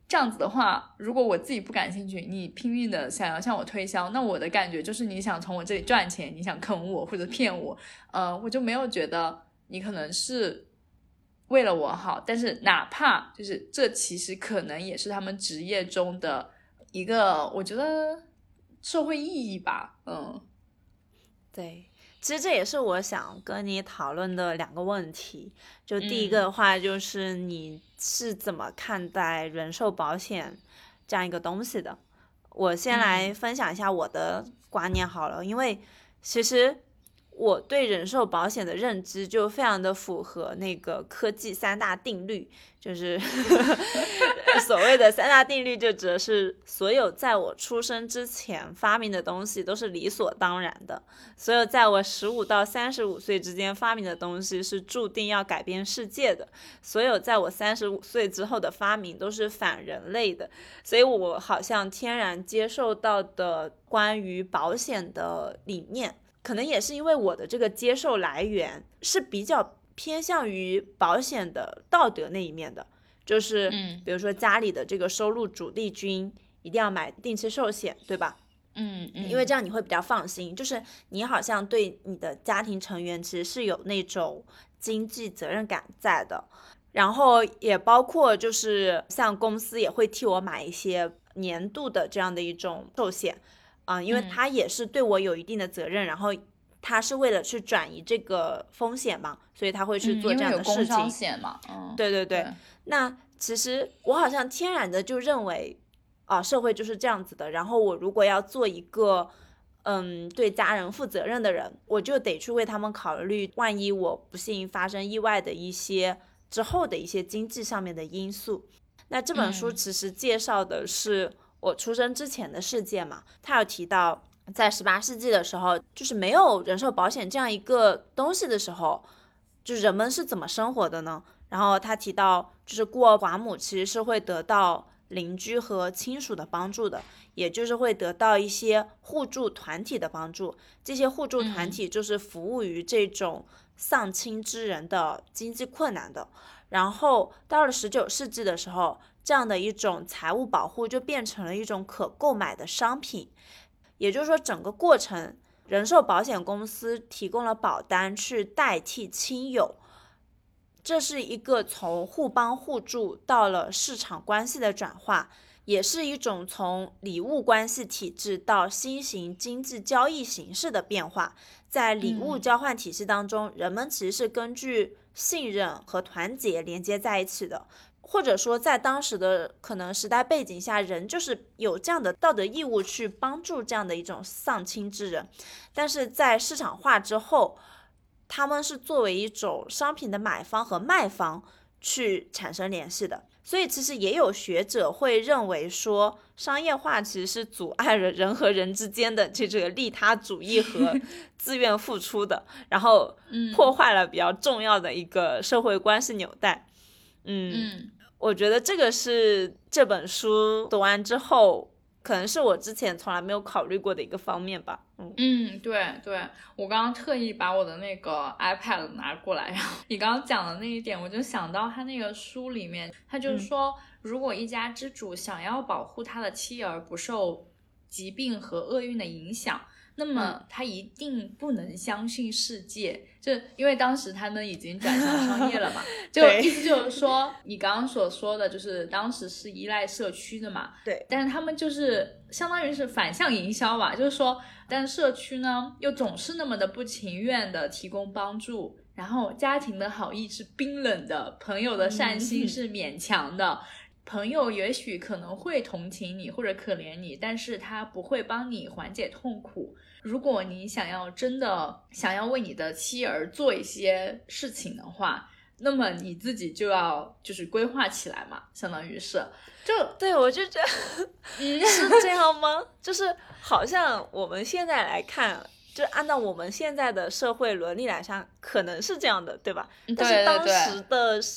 这样子的话，如果我自己不感兴趣，你拼命的想要向我推销，那我的感觉就是你想从我这里赚钱，你想坑我或者骗我，呃，我就没有觉得你可能是为了我好，但是哪怕就是这其实可能也是他们职业中的一个，我觉得社会意义吧。嗯， 对，其实这也是我想跟你讨论的两个问题。就第一个的话，就是你是怎么看待人寿保险这样一个东西的？我先来分享一下我的观念好了，因为其实我对人寿保险的认知就非常的符合那个科技三大定律，就是所谓的三大定律就指的是所有在我出生之前发明的东西都是理所当然的，所有在我十五到三十五岁之间发明的东西是注定要改变世界的，所有在我三十五岁之后的发明都是反人类的。所以我好像天然接受到的关于保险的理念，可能也是因为我的这个接受来源是比较偏向于保险的道德那一面的，就是比如说家里的这个收入主力军一定要买定期寿险，对吧？ 嗯嗯， 因为这样你会比较放心，就是你好像对你的家庭成员其实是有那种经济责任感在的。然后也包括就是像公司也会替我买一些年度的这样的一种寿险啊、呃，因为它也是对我有一定的责任，然后他是为了去转移这个风险嘛，所以他会去做这样的事情。 嗯、因为有工伤险嘛，嗯， 对对对。 对， 那其实我好像天然的就认为，啊、呃，社会就是这样子的。然后我如果要做一个，嗯，对家人负责任的人，我就得去为他们考虑，万一我不幸发生意外的一些之后的一些经济上面的因素。那这本书其实介绍的是我出生之前的世界嘛，他有提到。在十八世纪的时候，就是没有人寿保险这样一个东西的时候，就是人们是怎么生活的呢？然后他提到，就是孤儿寡母其实是会得到邻居和亲属的帮助的，也就是会得到一些互助团体的帮助。这些互助团体就是服务于这种丧亲之人的经济困难的。然后到了十九世纪的时候，这样的一种财务保护就变成了一种可购买的商品。也就是说，整个过程，人寿保险公司提供了保单去代替亲友，这是一个从互帮互助到了市场关系的转化，也是一种从礼物关系体制到新型经济交易形式的变化。在礼物交换体系当中，嗯、人们其实是根据信任和团结连接在一起的。或者说在当时的可能时代背景下，人就是有这样的道德义务去帮助这样的一种丧亲之人。但是在市场化之后，他们是作为一种商品的买方和卖方去产生联系的。所以其实也有学者会认为说，商业化其实是阻碍了人和人之间的这个利他主义和自愿付出的，然后破坏了比较重要的一个社会关系纽带。嗯嗯， 我觉得这个是这本书读完之后，可能是我之前从来没有考虑过的一个方面吧。嗯嗯，对对，我刚刚特意把我的那个 iPad 拿过来，然后你刚刚讲的那一点，我就想到他那个书里面，他就是说，嗯、如果一家之主想要保护他的妻儿不受疾病和厄运的影响，那么他一定不能相信世界，就因为当时他们已经转向商业了嘛，就意思就是说你刚刚所说的就是当时是依赖社区的嘛， 对， 但是他们就是相当于是反向营销吧，就是说但社区呢又总是那么的不情愿的提供帮助，然后家庭的好意是冰冷的，朋友的善心是勉强的、嗯朋友也许可能会同情你或者可怜你，但是他不会帮你缓解痛苦。如果你想要真的想要为你的妻儿做一些事情的话，那么你自己就要就是规划起来嘛，相当于是就对，我就觉得是这样吗？就是好像我们现在来看，就按照我们现在的社会伦理来上可能是这样的，对吧？ 对对对， 但是当时的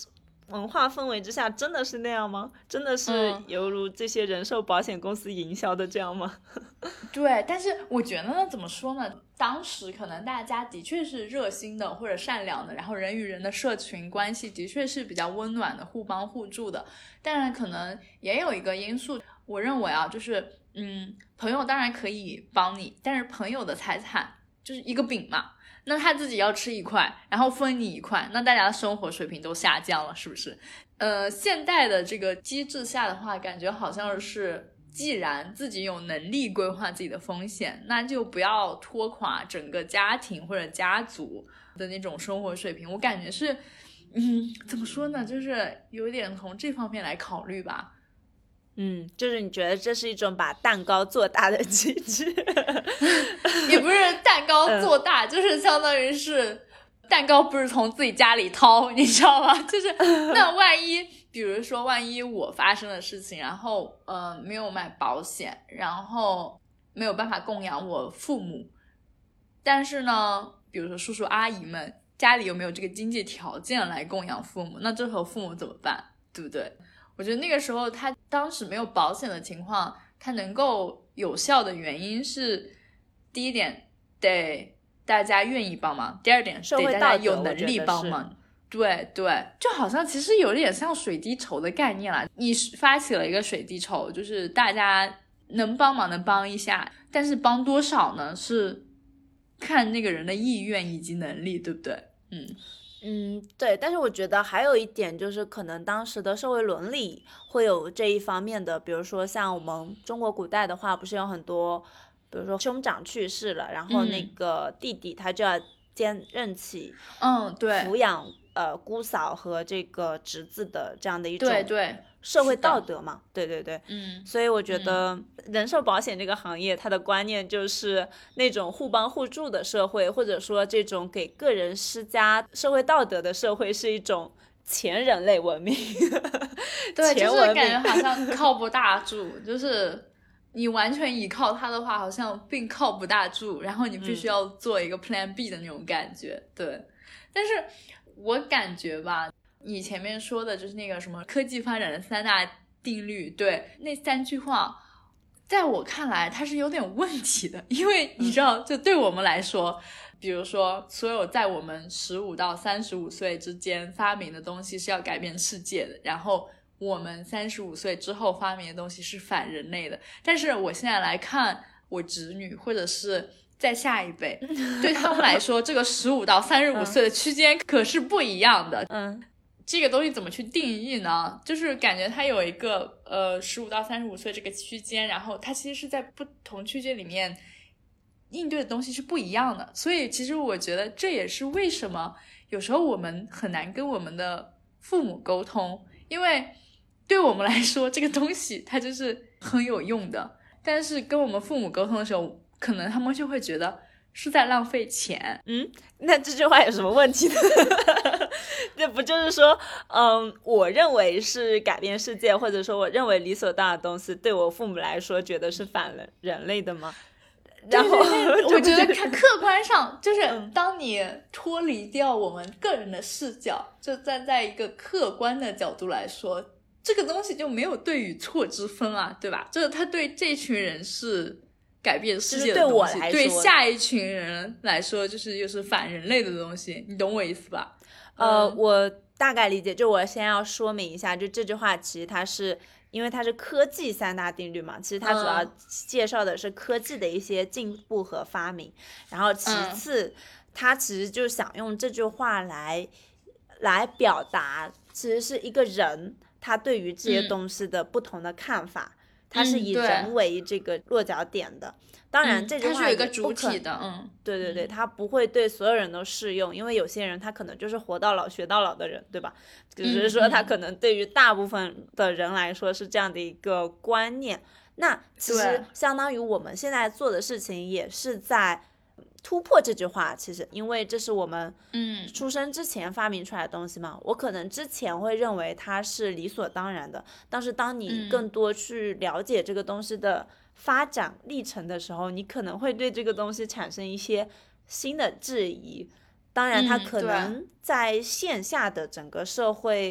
文化氛围之下真的是那样吗？真的是犹如这些人寿保险公司营销的这样吗？ 对，但是我觉得呢，怎么说呢，当时可能大家的确是热心的或者善良的，然后人与人的社群关系的确是比较温暖的，互帮互助的。当然可能也有一个因素，我认为啊，就是嗯，朋友当然可以帮你，但是朋友的财产就是一个饼嘛，那他自己要吃一块，然后分你一块，那大家的生活水平都下降了，是不是？呃，现代的这个机制下的话，感觉好像是既然自己有能力规划自己的风险，那就不要拖垮整个家庭或者家族的那种生活水平。我感觉是嗯，怎么说呢，就是有点从这方面来考虑吧。 嗯，就是你觉得这是一种把蛋糕做大的机制也不是蛋糕做大、嗯、就是相当于是蛋糕不是从自己家里掏，你知道吗？就是那万一比如说万一我发生的事情，然后呃没有买保险，然后没有办法供养我父母，但是呢比如说叔叔阿姨们家里有没有这个经济条件来供养父母，那这时候父母怎么办，对不对？我觉得那个时候他当时没有保险的情况，他能够有效的原因是第一点得大家愿意帮忙，第二点得大家有能力帮忙。对对，就好像其实有点像水滴筹的概念啦，你发起了一个水滴筹，就是大家能帮忙能帮一下，但是帮多少呢是看那个人的意愿以及能力，对不对？嗯嗯，对，但是我觉得还有一点就是可能当时的社会伦理会有这一方面的，比如说像我们中国古代的话，不是有很多比如说兄长去世了，然后那个弟弟他就要兼任起嗯对抚养呃姑嫂和这个侄子的这样的一种对对社会道德嘛，对对对， 嗯， 所以我觉得人寿保险这个行业它的观念就是那种互帮互助的社会，或者说这种给个人施加社会道德的社会是一种前人类文明对，就是感觉好像靠不大住就是你完全依靠它的话好像并靠不大住，然后你必须要做一个 plan B 的那种感觉、嗯、对。但是我感觉吧，你前面说的就是那个什么科技发展的三大定律，对，那三句话在我看来它是有点问题的，因为你知道就对我们来说、嗯、比如说所有在我们十五到三十五岁之间发明的东西是要改变世界的，然后我们三十五岁之后发明的东西是反人类的。但是我现在来看我侄女或者是在下一辈对他们来说这个十五到三十五岁的区间可是不一样的。 嗯， 这个东西怎么去定义呢？就是感觉它有一个呃十五到三十五岁这个区间，然后它其实是在不同区间里面应对的东西是不一样的。所以其实我觉得这也是为什么有时候我们很难跟我们的父母沟通，因为对我们来说这个东西它就是很有用的，但是跟我们父母沟通的时候可能他们就会觉得是在浪费钱。 嗯，那这句话有什么问题呢？这不就是说嗯，我认为是改变世界或者说我认为理所当然的东西对我父母来说觉得是反人人类的吗？然后我觉得看客观上就是当你脱离掉我们个人的视角，就站在一个客观的角度来说，这个东西就没有对与错之分啊，对吧？就是他对这群人是改变世界的东西、就是、对我来说对下一群人来说就是又是反人类的东西，你懂我意思吧？ 呃、嗯，我大概理解，就我先要说明一下，就这句话其实它是因为它是科技三大定律嘛，其实它主要介绍的是科技的一些进步和发明、嗯、然后其次它其实就想用这句话来来表达其实是一个人他对于这些东西的不同的看法、嗯、他是以人为这个落脚点的、嗯、当然这句话它是有一个主体的，嗯， 对对对，它不会对所有人都适用，因为有些人他可能就是活到老学到老的人，对吧？只是说他可能对于大部分的人来说是这样的一个观念。那其实相当于我们现在做的事情也是在突破这句话，其实因为这是我们出生之前发明出来的东西嘛、嗯、我可能之前会认为它是理所当然的，但是当你更多去了解这个东西的发展历程的时候，你可能会对这个东西产生一些新的质疑。当然它可能在线下的整个社会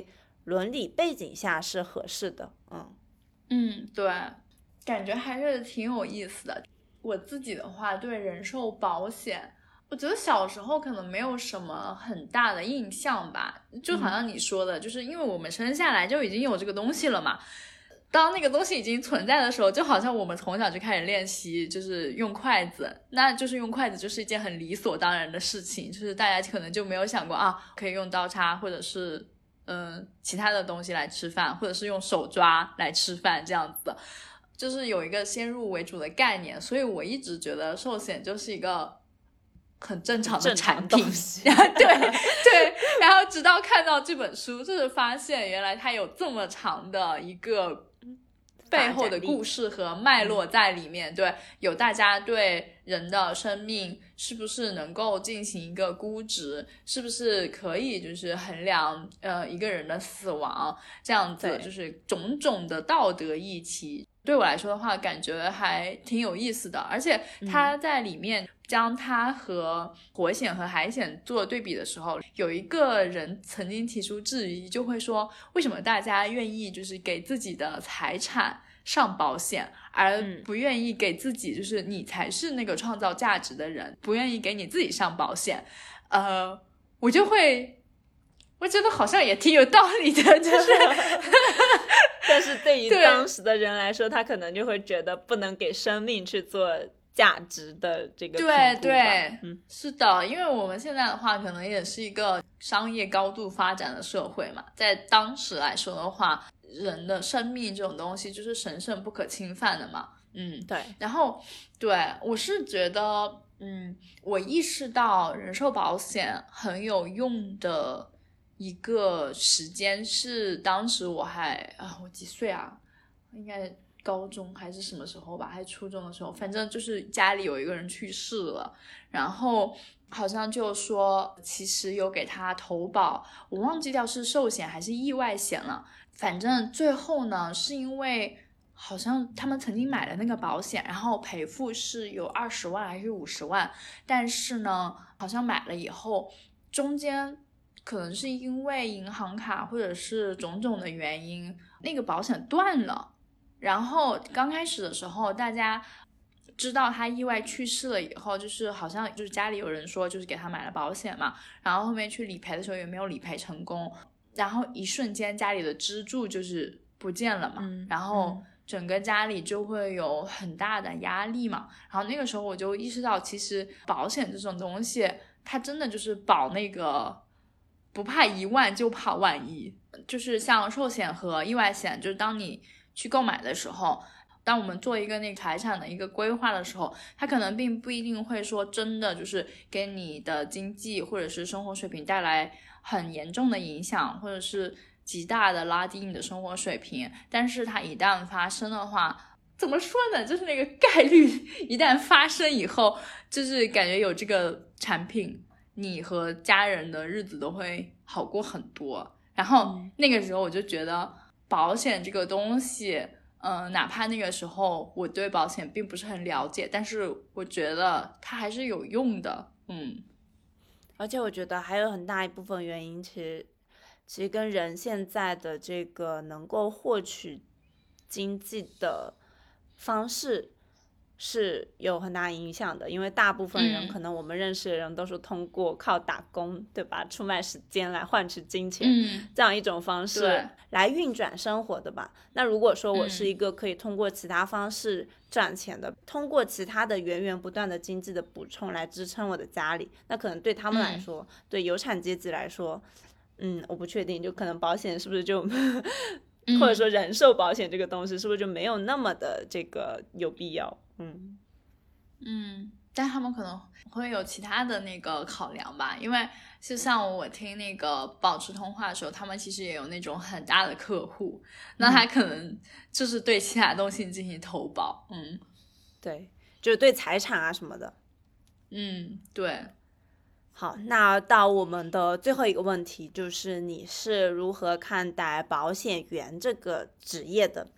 伦理背景下是合适的。嗯嗯，对，感觉还是挺有意思的。我自己的话，对人寿保险，我觉得小时候可能没有什么很大的印象吧，就好像你说的，嗯、就是因为我们生下来就已经有这个东西了嘛。当那个东西已经存在的时候，就好像我们从小就开始练习，就是用筷子，那就是用筷子就是一件很理所当然的事情，就是大家可能就没有想过啊，可以用刀叉或者是嗯其他的东西来吃饭，或者是用手抓来吃饭这样子的，就是有一个先入为主的概念，所以我一直觉得寿险就是一个很正常的产品，对对。然后直到看到这本书，就是发现原来它有这么长的一个背后的故事和脉络在里面。对，有大家对人的生命是不是能够进行一个估值，是不是可以就是衡量呃一个人的死亡，这样子就是种种的道德议题。对我来说的话，感觉还挺有意思的，而且他在里面将它和火险和海险做对比的时候，有一个人曾经提出质疑，就会说为什么大家愿意就是给自己的财产上保险，而不愿意给自己，就是你才是那个创造价值的人，不愿意给你自己上保险。呃，我就会我觉得好像也挺有道理的，就是但是对于当时的人来说，他可能就会觉得不能给生命去做价值的这个评估吧。 对对、嗯、是的，因为我们现在的话可能也是一个商业高度发展的社会嘛，在当时来说的话，人的生命这种东西就是神圣不可侵犯的嘛。嗯， 对。 然后对，我是觉得嗯，我意识到人寿保险很有用的一个时间是当时我还啊，我几岁啊？应该高中还是什么时候吧，还是初中的时候，反正就是家里有一个人去世了，然后好像就说其实有给他投保，我忘记掉是寿险还是意外险了，反正最后呢是因为好像他们曾经买了那个保险，然后赔付是有二十万还是五十万，但是呢好像买了以后中间可能是因为银行卡或者是种种的原因，那个保险断了。然后刚开始的时候，大家知道他意外去世了以后，就是好像就是家里有人说就是给他买了保险嘛，然后后面去理赔的时候也没有理赔成功，然后一瞬间家里的支柱就是不见了嘛、嗯、然后整个家里就会有很大的压力嘛。然后那个时候我就意识到，其实保险这种东西它真的就是保那个不怕一万就怕万一，就是像寿险和意外险，就是当你去购买的时候，当我们做一个那个财产的一个规划的时候，它可能并不一定会说真的就是给你的经济或者是生活水平带来很严重的影响，或者是极大的拉低你的生活水平，但是它一旦发生的话，怎么说呢，就是那个概率一旦发生以后，就是感觉有这个产品，你和家人的日子都会好过很多。然后那个时候我就觉得保险这个东西嗯、呃，哪怕那个时候我对保险并不是很了解，但是我觉得它还是有用的。嗯， 而且我觉得还有很大一部分原因其实其实跟人现在的这个能够获取经济的方式是有很大影响的，因为大部分人、嗯、可能我们认识的人都是通过靠打工，对吧，出卖时间来换取金钱、嗯、这样一种方式来运转生活的吧。那如果说我是一个可以通过其他方式赚钱的、嗯、通过其他的源源不断的经济的补充来支撑我的家里，那可能对他们来说、嗯、对有产阶级来说嗯，我不确定，就可能保险是不是就或者说人寿保险这个东西是不是就没有那么的这个有必要。嗯嗯，但他们可能会有其他的那个考量吧，因为就像我听那个保持通话的时候，他们其实也有那种很大的客户，那他可能就是对其他东西进行投保。嗯， 对，就是对财产啊什么的。 嗯，对。 好，那到我们的最后一个问题，就是你是如何看待保险员这个职业的？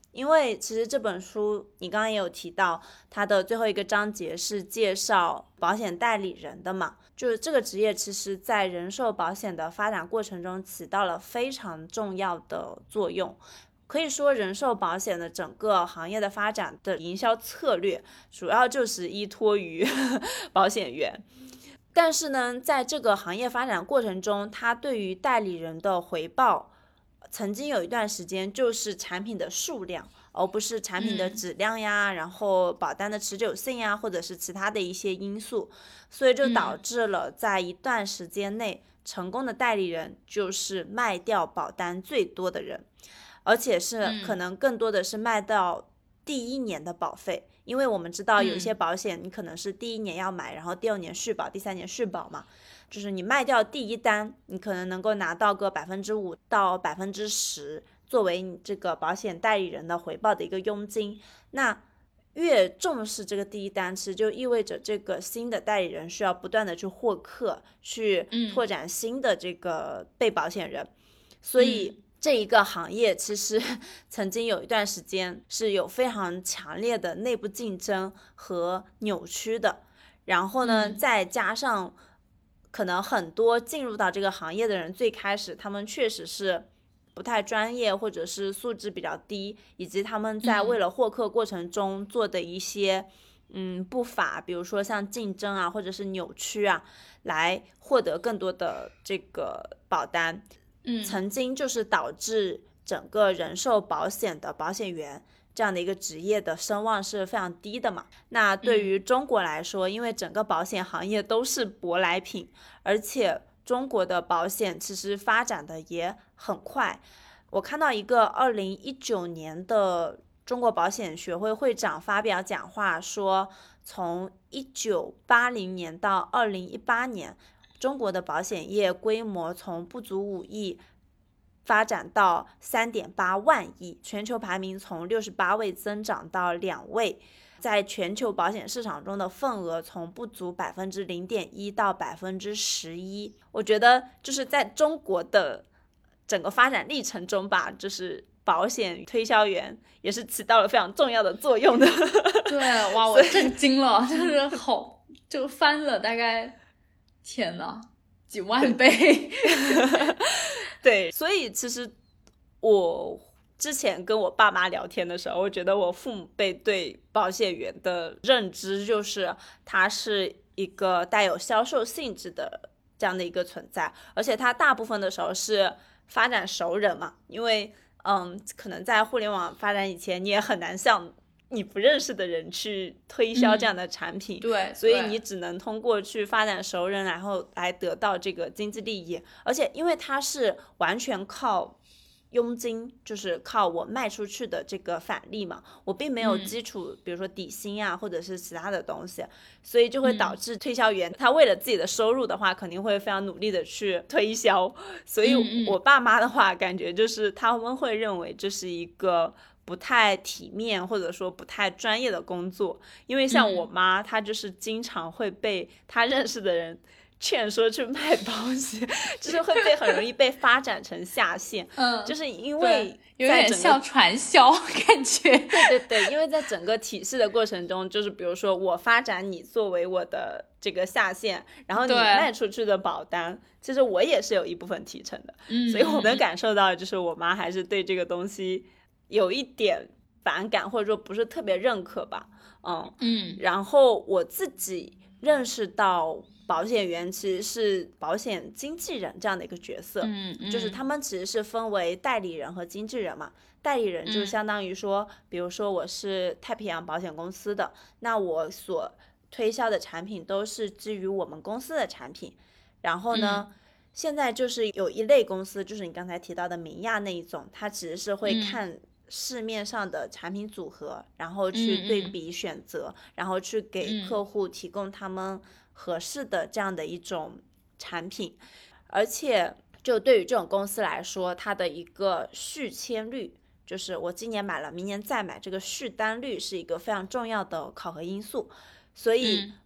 因为其实这本书你刚刚也有提到，它的最后一个章节是介绍保险代理人的嘛，就是这个职业其实在人寿保险的发展过程中起到了非常重要的作用。可以说人寿保险的整个行业的发展的营销策略主要就是依托于保险员，但是呢在这个行业发展过程中，它对于代理人的回报曾经有一段时间就是产品的数量，而不是产品的质量呀、嗯、然后保单的持久性呀，或者是其他的一些因素，所以就导致了在一段时间内、嗯、成功的代理人就是卖掉保单最多的人，而且是可能更多的是卖到第一年的保费、嗯、因为我们知道有一些保险你可能是第一年要买，然后第二年续保，第三年续保嘛，就是你卖掉第一单，你可能能够拿到个百分之五到百分之十作为你这个保险代理人的回报的一个佣金。那越重视这个第一单，其实就意味着这个新的代理人需要不断的去获客，去拓展新的这个被保险人、嗯、所以这一个行业其实曾经有一段时间是有非常强烈的内部竞争和扭曲的，然后呢、嗯、再加上可能很多进入到这个行业的人最开始他们确实是不太专业，或者是素质比较低，以及他们在为了获客过程中做的一些嗯不法，比如说像竞争啊或者是扭曲啊，来获得更多的这个保单，嗯，曾经就是导致整个人寿保险的保险员这样的一个职业的声望是非常低的嘛。那对于中国来说、嗯、因为整个保险行业都是舶来品，而且中国的保险其实发展的也很快。我看到一个二零一九年的中国保险学会会长发表讲话说，从一九八零年到二零一八年，中国的保险业规模从不足五亿发展到 三点八万亿，全球排名从六十八位增长到两位，在全球保险市场中的份额从不足 百分之零点一 到 百分之十一。 我觉得就是在中国的整个发展历程中吧，就是保险推销员也是起到了非常重要的作用的。 对，哇，我震惊了，就是好，就翻了大概，天哪，几万倍。 对，所以其实我之前跟我爸妈聊天的时候，我觉得我父母辈对保险员的认知就是他是一个带有销售性质的这样的一个存在，而且他大部分的时候是发展熟人嘛，因为嗯，可能在互联网发展以前，你也很难向你不认识的人去推销这样的产品、 嗯、对， 所以你只能通过去发展熟人，然后来得到这个经济利益。而且因为它是完全靠佣金，就是靠我卖出去的这个返利嘛，我并没有基础、嗯、比如说底薪啊或者是其他的东西，所以就会导致推销员、嗯、他为了自己的收入的话肯定会非常努力的去推销。所以我爸妈的话感觉就是他们会认为这是一个不太体面或者说不太专业的工作，因为像我妈、嗯、她就是经常会被她认识的人劝说去卖保险，就是会被很容易被发展成下线。嗯，就是因为有点像传销感觉。 对对对，因为在整个体系的过程中，就是比如说我发展你作为我的这个下线，然后你卖出去的保单其实我也是有一部分提成的。嗯，所以我能感受到就是我妈还是对这个东西有一点反感，或者说不是特别认可吧。嗯嗯，然后我自己认识到保险员其实是保险经纪人这样的一个角色。嗯嗯，就是他们其实是分为代理人和经纪人嘛。代理人就相当于说、嗯、比如说我是太平洋保险公司的，那我所推销的产品都是基于我们公司的产品。然后呢、嗯、现在就是有一类公司，就是你刚才提到的明亚那一种，它其实是会看市面上的产品组合、嗯、然后去对比选择、嗯、然后去给客户提供他们合适的这样的一种产品。而且就对于这种公司来说，它的一个续签率，就是我今年买了明年再买，这个续单率是一个非常重要的考核因素。所以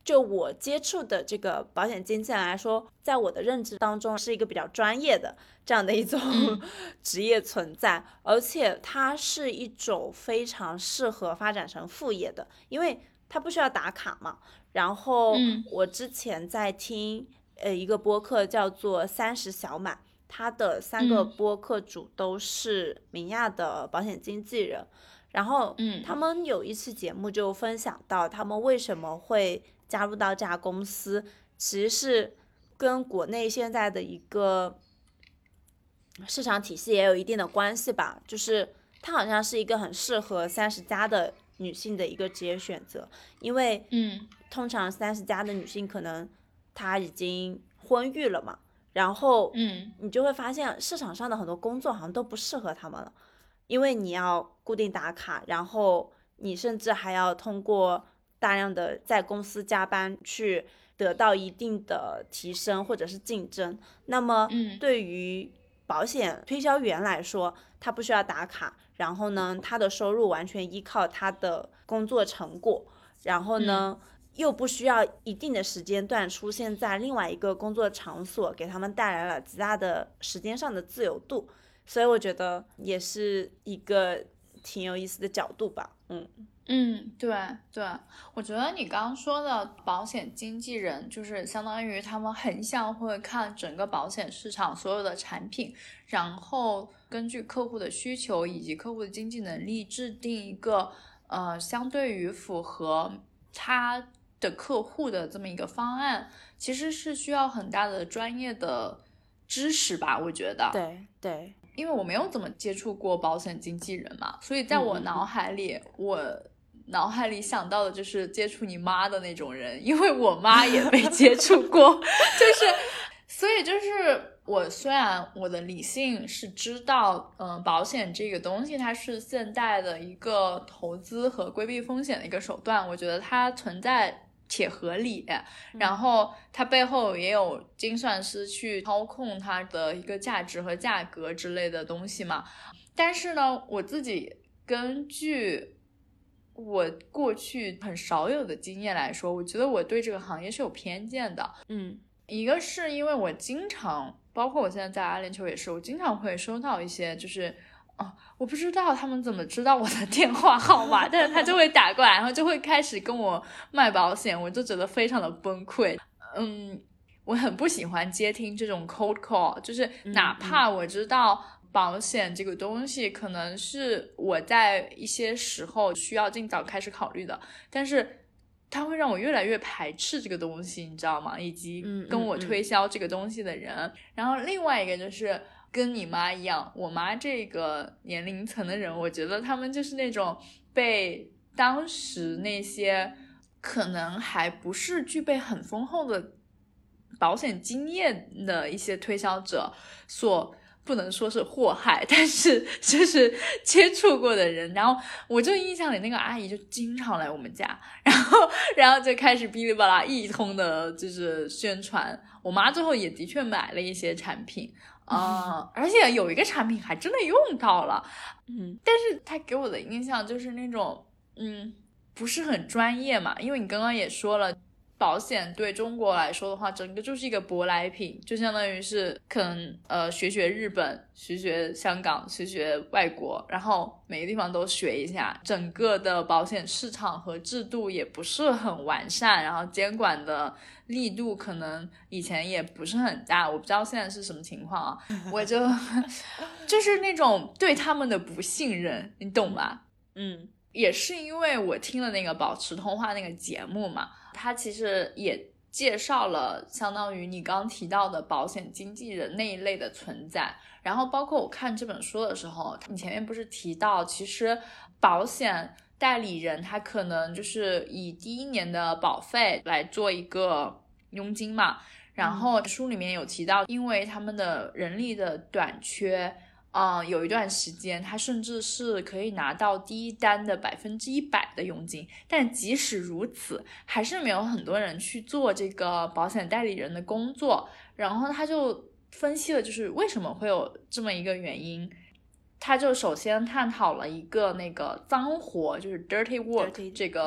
就我接触的这个保险经纪人来说，在我的认知当中是一个比较专业的这样的一种、嗯、职业存在，而且它是一种非常适合发展成副业的，因为它不需要打卡嘛。然后我之前在听呃一个播客叫做三十小满，他的三个播客主都是明亚的保险经纪人，然后他们有一期节目就分享到他们为什么会加入到这家公司，其实是跟国内现在的一个市场体系也有一定的关系吧，就是它好像是一个很适合三十加的女性的一个职业选择，因为嗯， 通常三十加的女性可能她已经婚育了嘛，然后嗯， 你就会发现市场上的很多工作好像都不适合她们了，因为你要固定打卡，然后你甚至还要通过大量的在公司加班去得到一定的提升或者是竞争。那么对于保险推销员来说，他不需要打卡，然后呢他的收入完全依靠他的工作成果，然后呢、嗯、又不需要一定的时间段出现在另外一个工作场所，给他们带来了极大的时间上的自由度，所以我觉得也是一个挺有意思的角度吧。嗯嗯，对对，我觉得你刚刚说的保险经纪人，就是相当于他们横向会看整个保险市场所有的产品，然后根据客户的需求以及客户的经济能力，制定一个呃相对于符合他的客户的这么一个方案，其实是需要很大的专业的知识吧，我觉得。 对对。 因为我没有怎么接触过保险经纪人嘛，所以在我脑海里，嗯、我脑海里想到的就是接触你妈的那种人，因为我妈也被接触过，就是所以就是我虽然我的理性是知道，嗯，保险这个东西它是现代的一个投资和规避风险的一个手段，我觉得它存在且合理，然后它背后也有精算师去操控它的一个价值和价格之类的东西嘛。但是呢，我自己根据我过去很少有的经验来说，我觉得我对这个行业是有偏见的。 嗯， 一个是因为我经常，包括我现在在阿联酋也是，我经常会收到一些就是哦，我不知道他们怎么知道我的电话号码，但是他就会打过来，然后就会开始跟我卖保险，我就觉得非常的崩溃。嗯，我很不喜欢接听这种 cold call， 就是哪怕我知道保险这个东西可能是我在一些时候需要尽早开始考虑的，但是它会让我越来越排斥这个东西，你知道吗？以及跟我推销这个东西的人。嗯嗯嗯、然后另外一个就是跟你妈一样，我妈这个年龄层的人，我觉得他们就是那种被当时那些可能还不是具备很丰厚的保险经验的一些推销者所不能说是祸害，但是就是接触过的人。然后我就印象里那个阿姨就经常来我们家，然后然后就开始哔哩吧啦一通的就是宣传。我妈最后也的确买了一些产品啊、呃，而且有一个产品还真的用到了， 嗯， 但是她给我的印象就是那种嗯不是很专业嘛，因为你刚刚也说了。保险对中国来说的话，整个就是一个舶来品，就相当于是可能呃学学日本、学学香港、学学外国，然后每个地方都学一下。整个的保险市场和制度也不是很完善，然后监管的力度可能以前也不是很大，我不知道现在是什么情况啊。我就就是那种对他们的不信任，你懂吧？ 嗯。 也是因为我听了那个保持通话那个节目嘛，他其实也介绍了相当于你刚提到的保险经纪人那一类的存在，然后包括我看这本书的时候，你前面不是提到其实保险代理人他可能就是以第一年的保费来做一个佣金嘛，然后书里面有提到因为他们的人力的短缺嗯，有一段时间他甚至是可以拿到第一单的百分之一百的佣金，但即使如此还是没有很多人去做这个保险代理人的工作，然后他就分析了就是为什么会有这么一个原因，他就首先探讨了一个那个脏活就是 dirty work dirty, 这个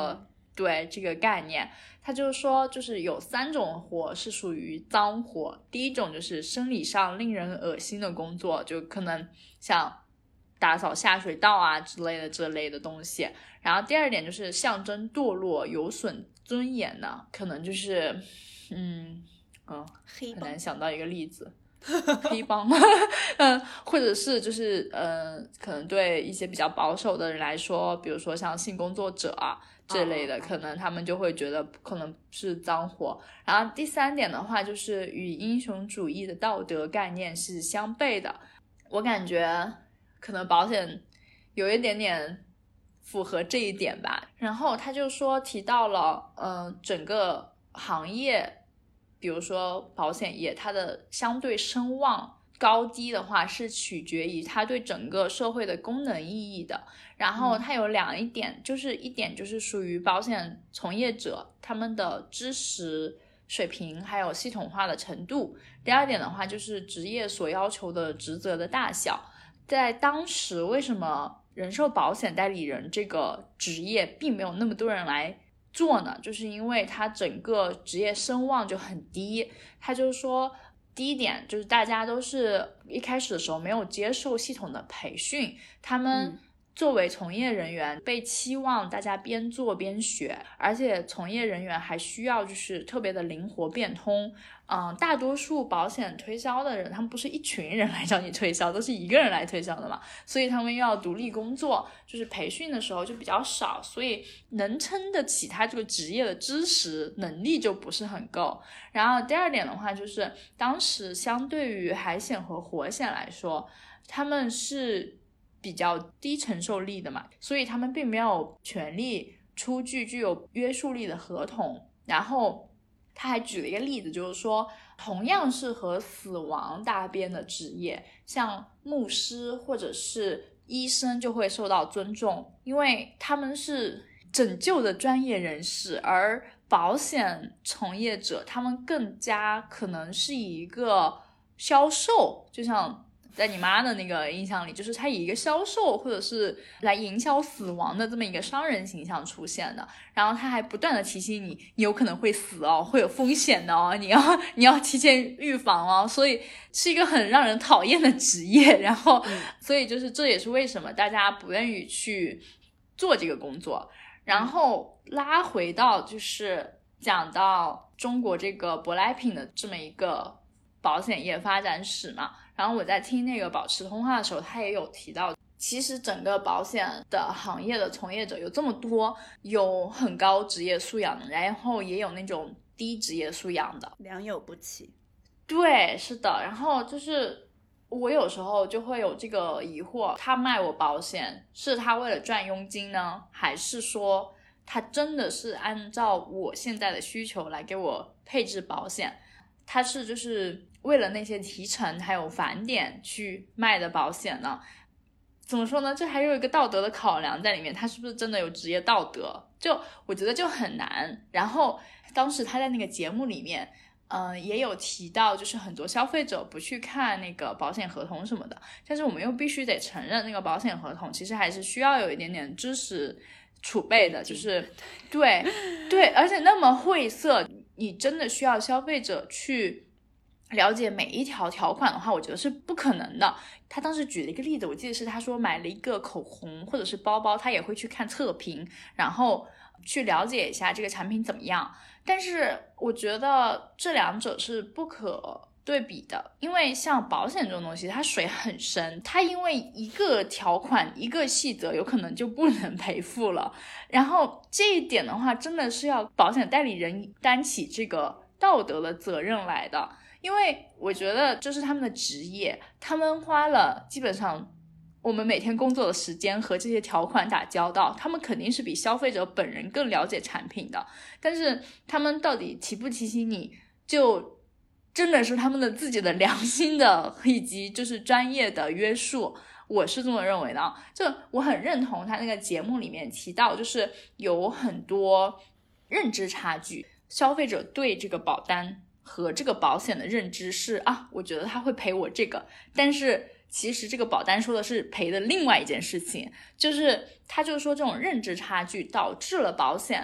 对这个概念，他就是说就是有三种活是属于脏活。第一种就是生理上令人恶心的工作，就可能像打扫下水道啊之类的这类的东西。然后第二点就是象征堕落有损尊严的，可能就是嗯嗯很难想到一个例子黑帮嗯，或者是就是呃，可能对一些比较保守的人来说，比如说像性工作者啊这类的，可能他们就会觉得可能是脏活。然后第三点的话就是与英雄主义的道德概念是相悖的，我感觉可能保险有一点点符合这一点吧。然后他就说提到了呃整个行业，比如说保险业，它的相对声望高低的话是取决于它对整个社会的功能意义的。然后它有两一点，就是一点就是属于保险从业者他们的知识水平还有系统化的程度。第二点的话就是职业所要求的职责的大小。在当时为什么人寿保险代理人这个职业并没有那么多人来做呢？就是因为它整个职业声望就很低。他就是说第一点就是大家都是一开始的时候没有接受系统的培训，他们作为从业人员被期望大家边做边学，而且从业人员还需要就是特别的灵活变通。嗯，大多数保险推销的人他们不是一群人来找你推销，都是一个人来推销的嘛，所以他们要独立工作，就是培训的时候就比较少，所以能撑得起他这个职业的知识能力就不是很够。然后第二点的话就是当时相对于海险和活险来说，他们是比较低承受力的嘛，所以他们并没有权利出具具有约束力的合同。然后他还举了一个例子，就是说同样是和死亡搭边的职业，像牧师或者是医生就会受到尊重，因为他们是拯救的专业人士，而保险从业者他们更加可能是以一个销售，就像在你妈的那个印象里，就是他以一个销售或者是来营销死亡的这么一个商人形象出现的。然后他还不断的提醒你，你有可能会死哦，会有风险的哦，你要你要提前预防哦，所以是一个很让人讨厌的职业。然后所以就是这也是为什么大家不愿意去做这个工作。然后拉回到就是讲到中国这个舶来品的这么一个保险业发展史嘛，然后我在听那个保持通话的时候，他也有提到，其实整个保险的行业的从业者有这么多，有很高职业素养的，然后也有那种低职业素养的， 良莠不齐。 对，是的。然后就是我有时候就会有这个疑惑，他卖我保险是他为了赚佣金呢，还是说他真的是按照我现在的需求来给我配置保险，他是就是为了那些提成还有返点去卖的保险呢？怎么说呢，这还有一个道德的考量在里面，他是不是真的有职业道德，就我觉得就很难。然后当时他在那个节目里面嗯、呃，也有提到就是很多消费者不去看那个保险合同什么的，但是我们又必须得承认那个保险合同其实还是需要有一点点知识储备的，就是对对，而且那么晦涩，你真的需要消费者去了解每一条条款的话，我觉得是不可能的。他当时举了一个例子，我记得是他说买了一个口红或者是包包，他也会去看测评，然后去了解一下这个产品怎么样。但是我觉得这两者是不可对比的，因为像保险这种东西它水很深，它因为一个条款一个细则有可能就不能赔付了。然后这一点的话真的是要保险代理人担起这个道德的责任来的，因为我觉得这是他们的职业，他们花了基本上我们每天工作的时间和这些条款打交道，他们肯定是比消费者本人更了解产品的，但是他们到底提不提醒你，就真的是他们的自己的良心的以及就是专业的约束，我是这么认为的。就我很认同他那个节目里面提到，就是有很多认知差距，消费者对这个保单和这个保险的认知是啊，我觉得他会赔我这个，但是其实这个保单说的是赔的另外一件事情，就是他就说这种认知差距导致了保险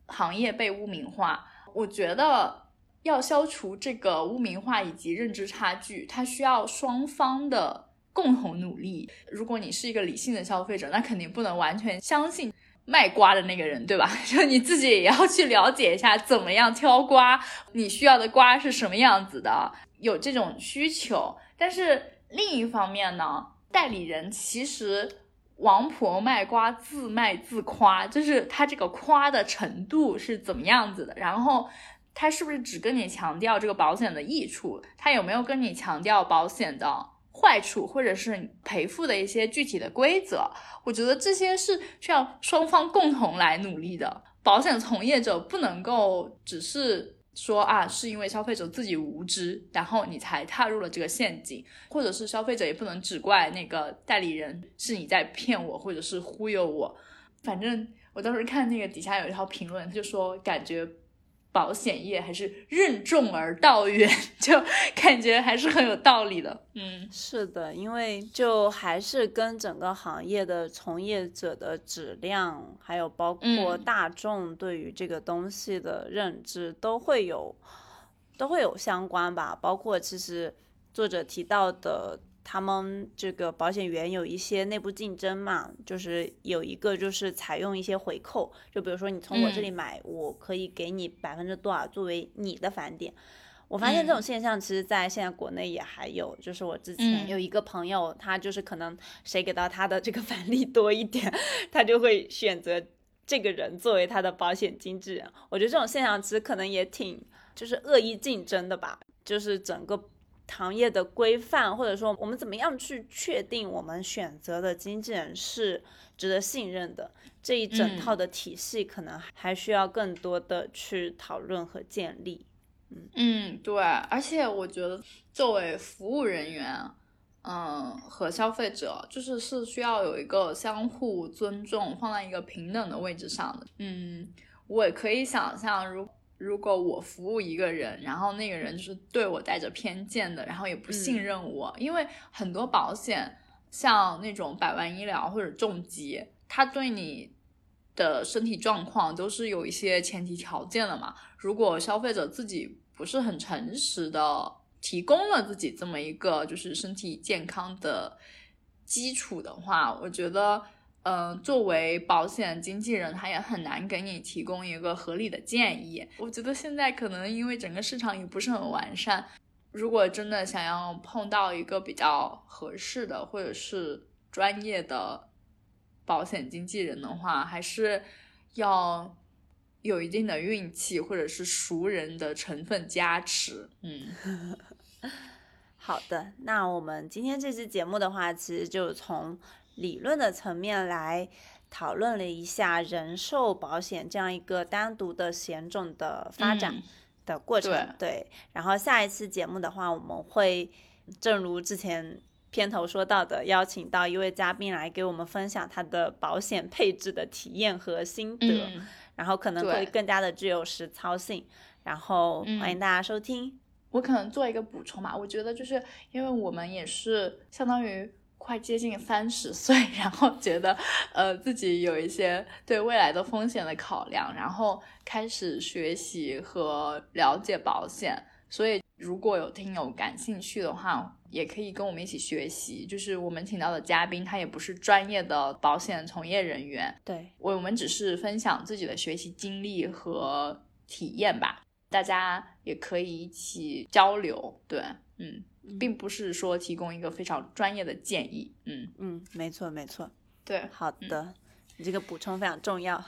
行业被污名化，我觉得要消除这个污名化以及认知差距，它需要双方的共同努力。如果你是一个理性的消费者，那肯定不能完全相信卖瓜的那个人，对吧？就你自己也要去了解一下怎么样挑瓜，你需要的瓜是什么样子的，有这种需求。但是另一方面呢，代理人其实王婆卖瓜自卖自夸，就是他这个夸的程度是怎么样子的，然后他是不是只跟你强调这个保险的益处，他有没有跟你强调保险的坏处，或者是赔付的一些具体的规则。我觉得这些是需要双方共同来努力的。保险从业者不能够只是说啊，是因为消费者自己无知，然后你才踏入了这个陷阱，或者是消费者也不能只怪那个代理人是你在骗我，或者是忽悠我。反正我当时看那个底下有一条评论，就说感觉保险业还是任重而道远，就感觉还是很有道理的。嗯， 是的，因为就还是跟整个行业的从业者的质量，还有包括大众对于这个东西的认知都会有都会有相关吧。包括其实作者提到的他们这个保险员有一些内部竞争嘛，就是有一个就是采用一些回扣，就比如说你从我这里买，嗯、我可以给你百分之多少作为你的返点。我发现这种现象其实在现在国内也还有，嗯、就是我之前有一个朋友，他就是可能谁给到他的这个返利多一点，他就会选择这个人作为他的保险经纪人。我觉得这种现象其实可能也挺就是恶意竞争的吧，就是整个行业的规范，或者说我们怎么样去确定我们选择的经纪人是值得信任的，这一整套的体系可能还需要更多的去讨论和建立。 嗯嗯，对，而且我觉得作为服务人员嗯，和消费者就是是需要有一个相互尊重，放在一个平等的位置上的。嗯，我也可以想象如如果我服务一个人，然后那个人就是对我带着偏见的，然后也不信任我，嗯、因为很多保险像那种百万医疗或者重疾，他对你的身体状况都是有一些前提条件的嘛。如果消费者自己不是很诚实的提供了自己这么一个就是身体健康的基础的话，我觉得嗯、呃，作为保险经纪人他也很难给你提供一个合理的建议。我觉得现在可能因为整个市场也不是很完善，如果真的想要碰到一个比较合适的或者是专业的保险经纪人的话，还是要有一定的运气或者是熟人的成分加持。嗯， 好的，那我们今天这期节目的话，其实就从理论的层面来讨论了一下人寿保险这样一个单独的险种的发展的过程。嗯、对, 对，然后下一次节目的话，我们会正如之前片头说到的，邀请到一位嘉宾来给我们分享他的保险配置的体验和心得。嗯，然后可能会更加的具有实操性，然后欢迎大家收听。 嗯、我可能做一个补充嘛，我觉得就是因为我们也是相当于快接近三十岁，然后觉得呃自己有一些对未来的风险的考量，然后开始学习和了解保险，所以如果有听友感兴趣的话，也可以跟我们一起学习。就是我们请到的嘉宾他也不是专业的保险从业人员， 对， 我们只是分享自己的学习经历和体验吧，大家也可以一起交流。对，嗯，并不是说提供一个非常专业的建议。嗯嗯，没错没错， 对， 好的，嗯、你这个补充非常重要。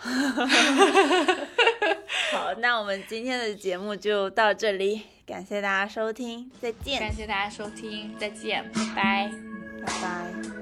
好，那我们今天的节目就到这里，感谢大家收听，再见。 感谢大家收听，再见，拜拜， 拜拜。